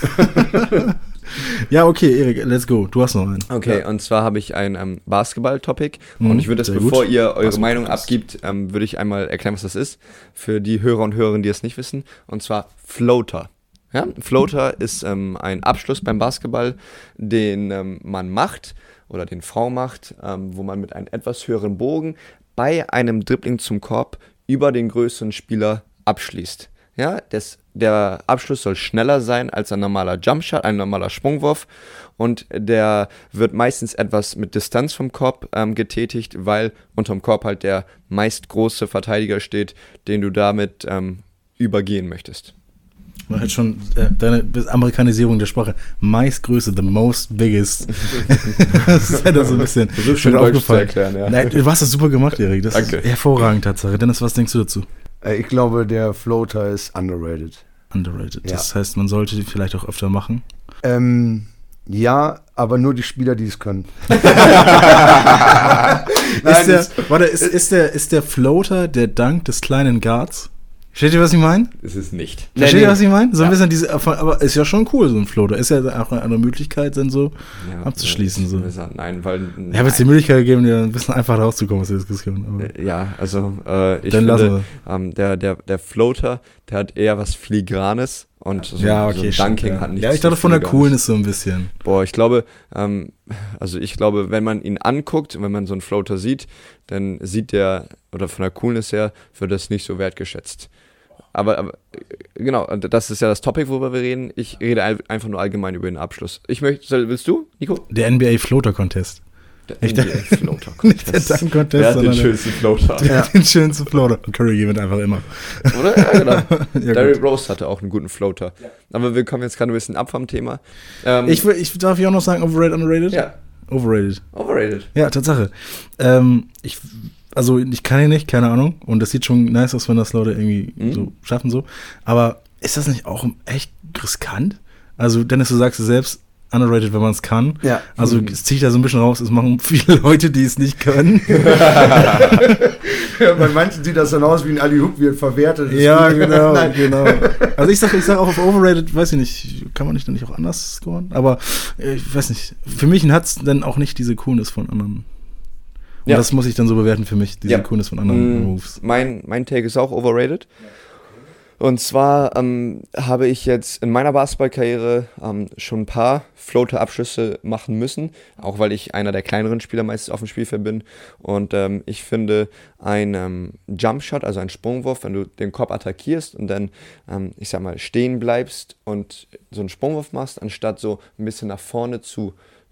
Ja, okay, Erik, let's go. Du hast noch einen. Okay, und zwar habe ich ein ähm, Basketball-Topic Mhm, und ich würde das, sehr bevor gut. ihr eure Basketball Meinung ist- abgibt, ähm, würde ich einmal erklären, was das ist, für die Hörer und Hörerinnen, die es nicht wissen, und zwar Floater. Ja, Floater ist ähm, ein Abschluss beim Basketball, den ähm, man macht oder den Frau macht, ähm, wo man mit einem etwas höheren Bogen bei einem Dribbling zum Korb über den größeren Spieler abschließt. Ja, das, der Abschluss soll schneller sein als ein normaler Jumpshot, ein normaler Sprungwurf, und der wird meistens etwas mit Distanz vom Korb ähm, getätigt, weil unterm Korb halt der meist große Verteidiger steht, den du damit ähm, übergehen möchtest. Man hat schon äh, deine Amerikanisierung der Sprache. Meistgröße, the most biggest. Das ist ja da so ein bisschen Versuch schon schon Deutsch aufgefallen. zu erklären, ja. Nein, du hast das super gemacht, Erik. Das Danke. ist hervorragend, Tatsache. Dennis, was denkst du dazu? Äh, Ich glaube, der Floater ist underrated. Underrated. Ja. Das heißt, man sollte die vielleicht auch öfter machen. Ähm, ja, aber nur die Spieler, die es können. ist der, warte, ist, ist, der, ist der Floater der Dank des kleinen Guards? Versteht ihr, was ich meine? Es ist nicht. Versteht ihr, was ich meine? So ein Ja. bisschen diese, aber ist ja schon cool, so ein Floater. Ist ja auch eine Möglichkeit, dann so Ja, abzuschließen. ja, So. ich sagen, nein, weil. Ich habe jetzt die Möglichkeit gegeben, dir ein bisschen einfacher rauszukommen aus der Diskussion. Aber Ja, also äh, ich Dann lassen finde, ähm, der, der, der Floater, der hat eher was Filigranes und so, ja, so okay, ein stimmt, Dunking ja. hat nicht Ja, ich so dachte von der Filigranes. Coolness so ein bisschen. Boah, ich glaube, ähm, also ich glaube, wenn man ihn anguckt und wenn man so einen Floater sieht, dann sieht der, oder von der Coolness her, wird das nicht so wertgeschätzt. Aber, aber äh, genau, und das ist ja das Topic, worüber wir reden. Ich rede ein- einfach nur allgemein über den Abschluss. Ich möchte, soll- willst du, Nico? Der N B A Floater Contest. Der Nicht N der- B A Floater Nicht der Dunk Contest, Wer hat den sondern der- schönsten Floater? Der hat den schönsten Floater. Und Curry gewinnt einfach immer. Oder? Ja, genau. Ja, Derrick gut. Rose hatte auch einen guten Floater. Aber wir kommen jetzt gerade ein bisschen ab vom Thema. Ähm, Ich, will- ich darf hier auch noch sagen, overrated, underrated? ja, Overrated. overrated. Ja, Tatsache. Ähm, ich, also ich kann ihn nicht, keine Ahnung. Und das sieht schon nice aus, wenn das Leute irgendwie Mhm. so schaffen so. Aber ist das nicht auch echt riskant? Also Dennis, du sagst es selbst, underrated, wenn man es kann. Ja. Also es ziehe ich da so ein bisschen raus, es machen viele Leute, die es nicht können. Ja, bei manchen sieht das dann aus wie ein Alley-Hoop wird verwertet. Das Ja, ist- genau, Nein. genau. Also ich sag, ich sag auch auf overrated, weiß ich nicht, kann man nicht dann nicht auch anders scoren? Aber äh, ich weiß nicht, für mich hat es dann auch nicht diese Coolness von anderen. Und Ja. das muss ich dann so bewerten für mich, diese Ja. Coolness von anderen Mm, Moves. Mein, mein Take ist auch overrated. Und zwar ähm, habe ich jetzt in meiner Basketballkarriere ähm, schon ein paar Floater-Abschlüsse machen müssen, auch weil ich einer der kleineren Spieler meistens auf dem Spielfeld bin. Und ähm, ich finde, ein ähm, Jumpshot, also ein Sprungwurf, wenn du den Korb attackierst und dann, ähm, ich sag mal, stehen bleibst und so einen Sprungwurf machst, anstatt so ein bisschen nach vorne zu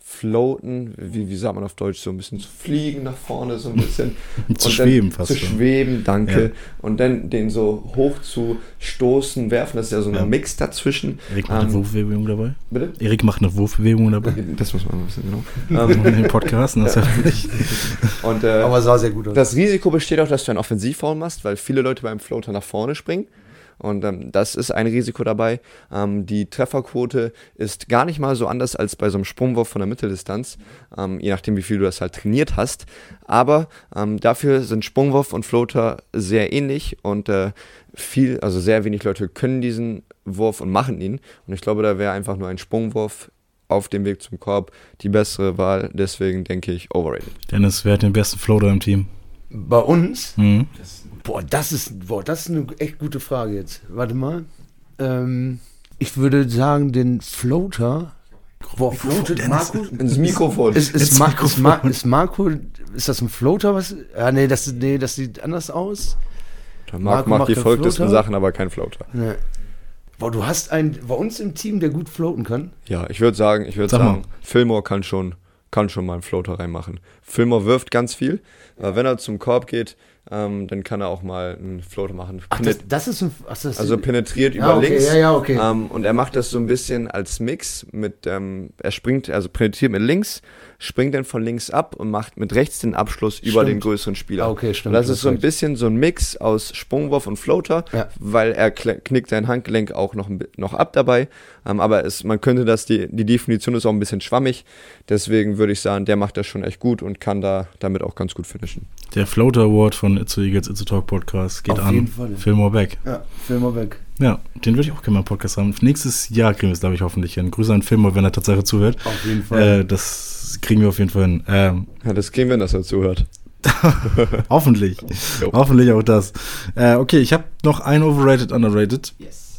floaten, wie, wie sagt man auf Deutsch, so ein bisschen zu fliegen nach vorne, so ein bisschen. zu und schweben dann, fast. Zu schon. schweben, danke. Ja. Und dann den so hoch zu stoßen, werfen, das ist ja so ein Ja. Mix dazwischen. Erik macht Ähm, eine Wurfbewegung dabei. Bitte? Erik macht eine Wurfbewegung dabei. Das muss man wissen, genau. In dem Podcast, das ist ja nicht. Und, äh, Aber sah sehr gut aus. das Risiko besteht auch, dass du einen Offensivfoul machst, weil viele Leute beim Floater nach vorne springen. Und ähm, das ist ein Risiko dabei. Ähm, die Trefferquote ist gar nicht mal so anders als bei so einem Sprungwurf von der Mitteldistanz, ähm, je nachdem, wie viel du das halt trainiert hast. Aber ähm, dafür sind Sprungwurf und Floater sehr ähnlich und äh, viel, also sehr wenig Leute können diesen Wurf und machen ihn. Und ich glaube, da wäre einfach nur ein Sprungwurf auf dem Weg zum Korb die bessere Wahl. Deswegen denke ich overrated. Dennis, wer hat den besten Floater im Team? Bei uns? Mhm. Boah, das ist, boah, das ist eine echt gute Frage jetzt. Warte mal. Ähm, ich würde sagen, den Floater. Boah, floatet Marco? Ins Mikrofon. Ist, ist, Ins Ma Mikrofon. ist, Ma ist Marco, ist das ein Floater? Was? Ja, nee, das, nee, das sieht anders aus. Marc Marco macht macht die den verrücktesten Floater. Sachen, aber kein Floater. Nee. Boah, du hast einen bei uns im Team, der gut floaten kann. Ja, ich würde sagen, ich würde Sag sagen, mal. Fillmore kann schon, kann schon mal einen Floater reinmachen. Fillmore wirft ganz viel. Ja. Wenn er zum Korb geht, ähm, dann kann er auch mal einen Floater machen. Ach, das, das ist ein. Ach, das Also penetriert ja, über okay, links. Ja, ja, okay. Ähm, und er macht das so ein bisschen als Mix mit, ähm, er springt, also penetriert mit links, springt dann von links ab und macht mit rechts den Abschluss über Stimmt. den größeren Spieler. Ah, okay, stimmt. Und das du ist so ein hast recht. bisschen so ein Mix aus Sprungwurf und Floater, Ja. weil er kle- knickt sein Handgelenk auch noch, ein bi- noch ab dabei. Ähm, aber es, man könnte das, die, die Definition ist auch ein bisschen schwammig. Deswegen würde ich sagen, der macht das schon echt gut und kann da damit auch ganz gut finishen. Der Floater Award von Itzo Eagles, Itzo Talk Podcast geht Auf an jeden Fall. Fillmore Beck. Ja, film mal weg. Ja, den würde ich auch gerne mal im Podcast haben. Nächstes Jahr kriegen wir es, glaube ich, hoffentlich hin. Grüße an Fillmore, wenn er tatsächlich zuhört. Auf jeden Fall. Äh, das kriegen wir auf jeden Fall hin. Ähm, Ja, das kriegen wir, dass er zuhört. hoffentlich. Jo. Hoffentlich auch das. Äh, okay, ich habe noch ein Overrated, Underrated. Yes.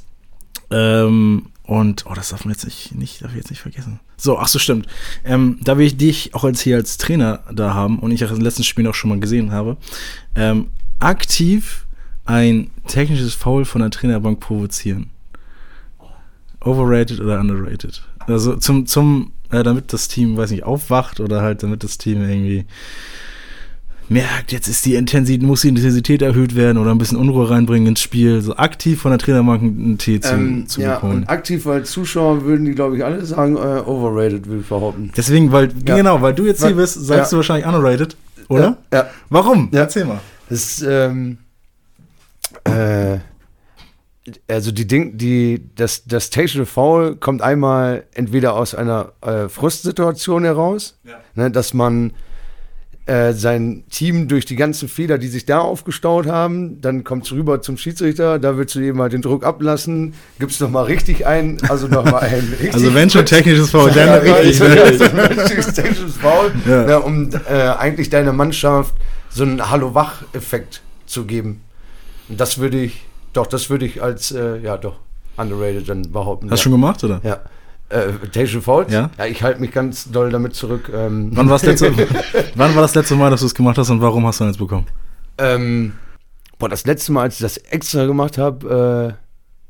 Ähm, und, oh, das darf man jetzt nicht, nicht, darf ich jetzt nicht vergessen. So, ach so, stimmt. Ähm, da will ich dich auch als hier als Trainer da haben und ich auch in den letzten Spielen auch schon mal gesehen habe, ähm, aktiv ein technisches Foul von der Trainerbank provozieren. Overrated oder underrated? Also zum, zum, äh, damit das Team, weiß nicht, aufwacht oder halt damit das Team irgendwie merkt, jetzt ist die Intensität, muss die Intensität erhöht werden oder ein bisschen Unruhe reinbringen ins Spiel, so aktiv von der Trainerbank einen Tee zu, Ähm, zu ja, bekommen. und aktiv als Zuschauer würden die, glaube ich, alle sagen, äh, overrated, würde ich behaupten. Deswegen, weil, Ja. genau, weil du jetzt hier Weil- bist, sagst ja. du wahrscheinlich underrated, oder? Ja. ja. Warum? Ja. Erzähl mal. Das ist, ähm, äh, also die Ding, die, das, das Technische Foul kommt einmal entweder aus einer äh, Frustsituation heraus, Ja. ne, dass man äh, sein Team durch die ganzen Fehler, die sich da aufgestaut haben, dann kommt es rüber zum Schiedsrichter, da willst du eben mal den Druck ablassen, gibst noch mal richtig ein, also noch mal ein richtig Also wenn schon technisches Foul, dann ja, richtig. ja, Ne? ja, richtiges technisches Foul, Ja. ja, um äh, eigentlich deiner Mannschaft so einen Hallo-Wach-Effekt zu geben. Und das würde ich, doch, das würde ich als, äh, ja doch, underrated dann behaupten. Hast du ja. schon gemacht, oder? Ja. Äh, Technische Fouls? Ja. Ja, ich halte mich ganz doll damit zurück. Ähm, Wann, war's letzte, wann war das letzte Mal, dass du es gemacht hast und warum hast du eins bekommen? ähm, boah, das letzte Mal, als ich das extra gemacht habe, äh,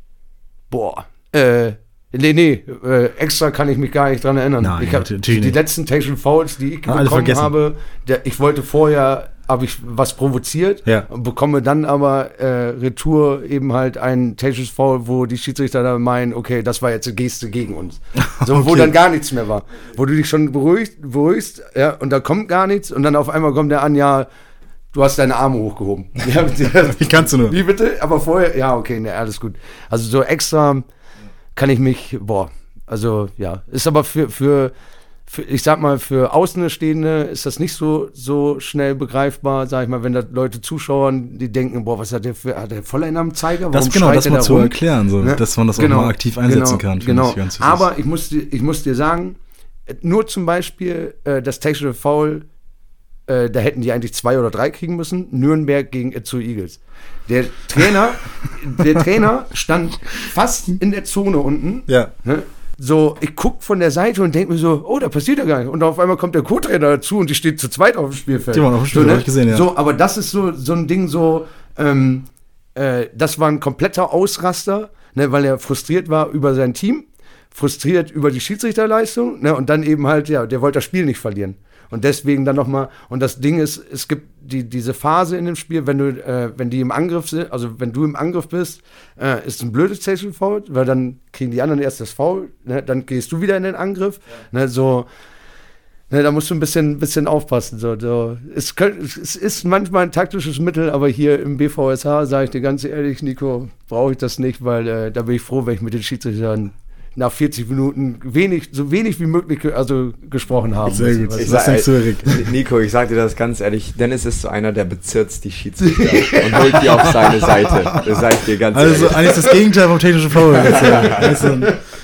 boah, äh, nee, nee, äh, extra kann ich mich gar nicht dran erinnern. Nein, ich hab, natürlich die, die nicht. letzten Technische Fouls, die ich Ah, alle bekommen vergessen. habe, der, ich wollte vorher, habe ich was provoziert Ja. und bekomme dann aber äh, retour eben halt ein technisches Foul, wo die Schiedsrichter dann meinen, okay, das war jetzt eine Geste gegen uns. So, wo Okay. dann gar nichts mehr war. Wo du dich schon beruhigst, beruhigst, ja, und da kommt gar nichts und dann auf einmal kommt der an, ja, du hast deine Arme hochgehoben. Ja, Wie kannst du nur? wie bitte? Aber vorher, ja, okay, ne, alles gut. Also so extra kann ich mich, boah, also ja, ist aber für, für, für ich sag mal, für Außenstehende ist das nicht so, so schnell begreifbar, sag ich mal, wenn da Leute zuschauen, die denken, boah, was hat der für, hat der voll einen am Zeiger? Warum Das genau, schreit das der mal da zu rum? erklären, so, Ne? dass man das Genau, auch mal aktiv einsetzen genau, kann. finde Genau, ich ganz süß. aber ich muss, dir- ich muss dir sagen, nur zum Beispiel äh, das technische Foul, äh, da hätten die eigentlich zwei oder drei kriegen müssen. Nürnberg gegen Itzo Eagles. Der Trainer, der Trainer stand fast in der Zone unten. Ja. Ne? So, ich guck von der Seite und denke mir so, oh, da passiert ja gar nicht. Und auf einmal kommt der Co-Trainer dazu und die steht zu zweit auf dem Spielfeld. Die waren auf dem Spielfeld, so, hab ich gesehen, ja. So, aber das ist so, so ein Ding so, ähm, äh, das war ein kompletter Ausraster, ne, weil er frustriert war über sein Team. frustriert über die Schiedsrichterleistung, ne, und dann eben halt, ja, der wollte das Spiel nicht verlieren. Und deswegen dann nochmal, und das Ding ist, es gibt die, diese Phase in dem Spiel, wenn du, äh, wenn die im Angriff sind, also wenn du im Angriff bist, äh, ist ein blödes Technical Foul, weil dann kriegen die anderen erst das Foul, ne, dann gehst du wieder in den Angriff, ja. ne, so, ne, da musst du ein bisschen, bisschen aufpassen. So, so. Es, könnt, es ist manchmal ein taktisches Mittel, aber hier im B V S H, sage ich dir ganz ehrlich, Nico, brauche ich das nicht, weil äh, da bin ich froh, wenn ich mit den Schiedsrichtern nach vierzig Minuten wenig, so wenig wie möglich also gesprochen haben. Sehr gut. Ich Was sag, sagst du, Erik? Nico, ich sag dir das ganz ehrlich, Dennis ist so einer, der bezirzt die Schiedsrichter und holt die auf seine Seite. Das sag ich dir ganz also ehrlich. Also eigentlich das Gegenteil vom technischen Foul. Also,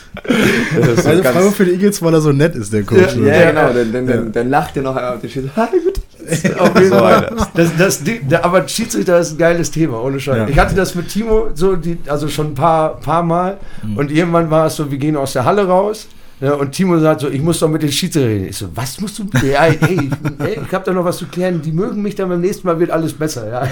so also Frage für die Eagles, weil er so nett ist, der Coach. Ja, ja genau, dann, dann, dann, dann lacht er noch einmal auf den Schiedsrichter. Auf jeden Fall. Das, das, der, aber Schiedsrichter ist ein geiles Thema, ohne Scheiß. Ja. Ich hatte das mit Timo so, die, also schon ein paar, paar Mal. Mhm. Und irgendwann war es so, wir gehen aus der Halle raus. Ja, und Timo sagt so, ich muss doch mit den Schiedsrichtern reden. Ich so, was musst du? Ja, ey, ey, ey ich habe da noch was zu klären. Die mögen mich dann beim nächsten Mal, wird alles besser. Ja,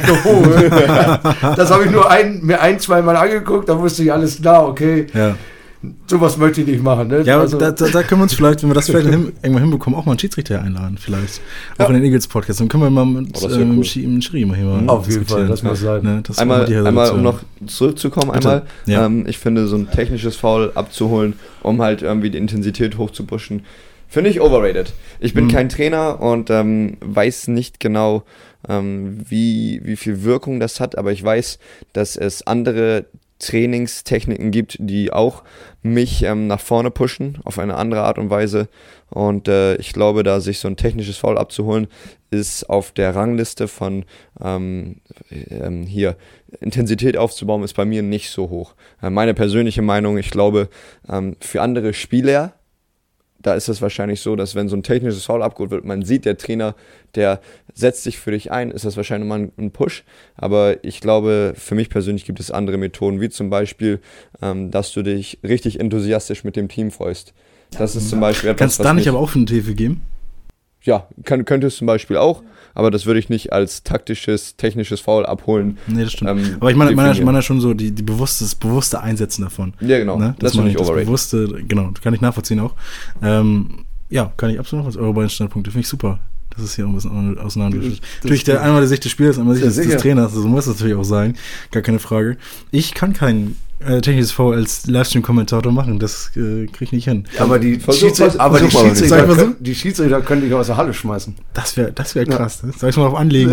das habe ich nur ein, mir ein, zwei Mal angeguckt, da wusste ich alles klar, okay. Ja. Sowas möchte ich nicht machen. Ne? Ja, also, da, da, da können wir uns vielleicht, wenn wir das vielleicht hin, irgendwann hinbekommen, auch mal einen Schiedsrichter einladen, vielleicht. Auch ja. in den Eagles-Podcast. Dann können wir mal mit oh, ähm, cool. Schiri mal hier mal Auf jeden Fall, das muss sein. Ne, das einmal, einmal um noch zurückzukommen, einmal, ja. ähm, ich finde, so ein technisches Foul abzuholen, um halt irgendwie die Intensität hochzupushen, finde ich overrated. Ich bin mhm. kein Trainer und ähm, weiß nicht genau, ähm, wie, wie viel Wirkung das hat, aber ich weiß, dass es andere Trainingstechniken gibt, die auch mich ähm, nach vorne pushen, auf eine andere Art und Weise. Und äh, ich glaube, da sich so ein technisches Foul abzuholen, ist auf der Rangliste von ähm, ähm, hier Intensität aufzubauen, ist bei mir nicht so hoch. Äh, meine persönliche Meinung, ich glaube, ähm, für andere Spieler, da ist es wahrscheinlich so, dass wenn so ein technisches Foul abgeholt wird, man sieht, der Trainer, der setzt sich für dich ein, ist das wahrscheinlich mal ein Push. Aber ich glaube, für mich persönlich gibt es andere Methoden, wie zum Beispiel, ähm, dass du dich richtig enthusiastisch mit dem Team freust. Das ist zum Beispiel etwas, Kannst du da nicht aber auch für eine T V geben? Ja, kann, könnte es zum Beispiel auch, aber das würde ich nicht als taktisches, technisches Foul abholen. Nee, das stimmt. Ähm, aber ich meine, meine, meine schon so die, die bewusste, das bewusste Einsetzen davon. Ja, genau. Ne? Das, das finde ich overrated. Das bewusste, genau, kann ich nachvollziehen auch. Ähm, ja, kann ich absolut nachvollziehen. Eure beiden Standpunkte finde ich super. Das ist hier ein bisschen auseinandergeschnitten. Natürlich der, einmal der Sicht des Spielers, einmal der Sicht des Trainers. So muss das natürlich auch sein. Gar keine Frage. Ich kann kein äh, technisches Foul als Livestream-Kommentator machen. Das äh, kriege ich nicht hin. Ja, aber die Versuch, Schiedsrichter, aber die Schiedsrichter, können, die Schiedsrichter können dich aus der Halle schmeißen. Das wäre das wär krass. Ja. Ne? Soll ich mal auf anlegen?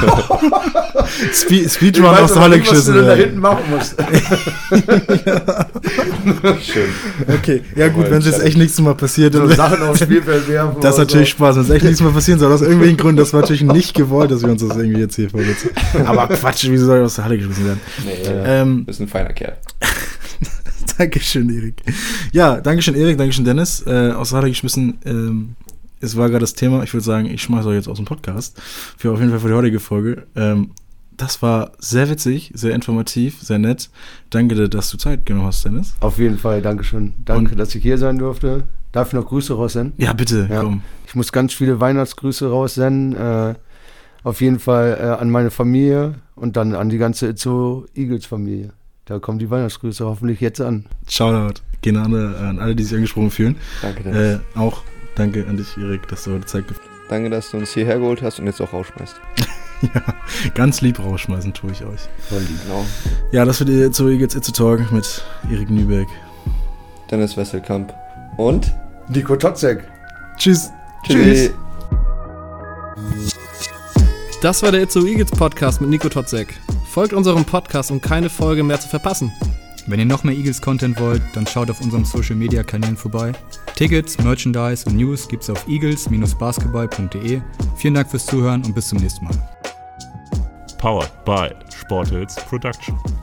Speed, Speedrun aus der Halle geschissen. Was du da hinten machen musst. Schön. Okay, ja gut, wenn es jetzt echt nichts mehr passiert. So Sachen aufs Spielfeld werfen. Das ist natürlich so. Spaß, wenn es echt nichts mehr passieren soll. Aus irgendwelchen Gründen, das war natürlich nicht gewollt, dass wir uns das irgendwie jetzt hier vorsetzen. Aber Quatsch, wieso soll ich aus der Halle geschmissen werden? Nee, ähm, ist ein feiner Kerl. Dankeschön, Erik. Ja, Dankeschön, Erik, Dankeschön, Dennis. Äh, aus der Halle geschmissen, ähm, es war gerade das Thema. Ich würde sagen, ich schmeiße euch jetzt aus dem Podcast. Für auf jeden Fall für die heutige Folge. Ähm, Das war sehr witzig, sehr informativ, sehr nett. Danke, dass du Zeit genommen hast, Dennis. Auf jeden Fall, Dankeschön. Danke, und dass ich hier sein durfte. Darf ich noch Grüße raussenden? Ja, bitte, ja. komm. Ich muss ganz viele Weihnachtsgrüße raussenden. Äh, auf jeden Fall äh, an meine Familie und dann an die ganze Itzo Eagles Familie. Da kommen die Weihnachtsgrüße hoffentlich jetzt an. Shoutout. Gehen an alle, an alle, die sich angesprochen fühlen. Danke, Dennis. Äh, auch danke an dich, Erik, dass du heute Zeit gibst. Danke, dass du uns hierher geholt hast und jetzt auch rausschmeißt. Ja, ganz lieb rausschmeißen tue ich euch. Voll lieb, genau. Ja, das wird ihr zu Eagles It's a Talk mit Erik Nüberg. Dennis Wesselkamp und Nico Totzek. Tschüss. Tschüss. Das war der It's a Eagles Podcast mit Nico Totzek. Folgt unserem Podcast, um keine Folge mehr zu verpassen. Wenn ihr noch mehr Eagles-Content wollt, dann schaut auf unseren Social-Media-Kanälen vorbei. Tickets, Merchandise und News gibt's auf eagles basketball punkt de. Vielen Dank fürs Zuhören und bis zum nächsten Mal. Powered by Sporthills Production.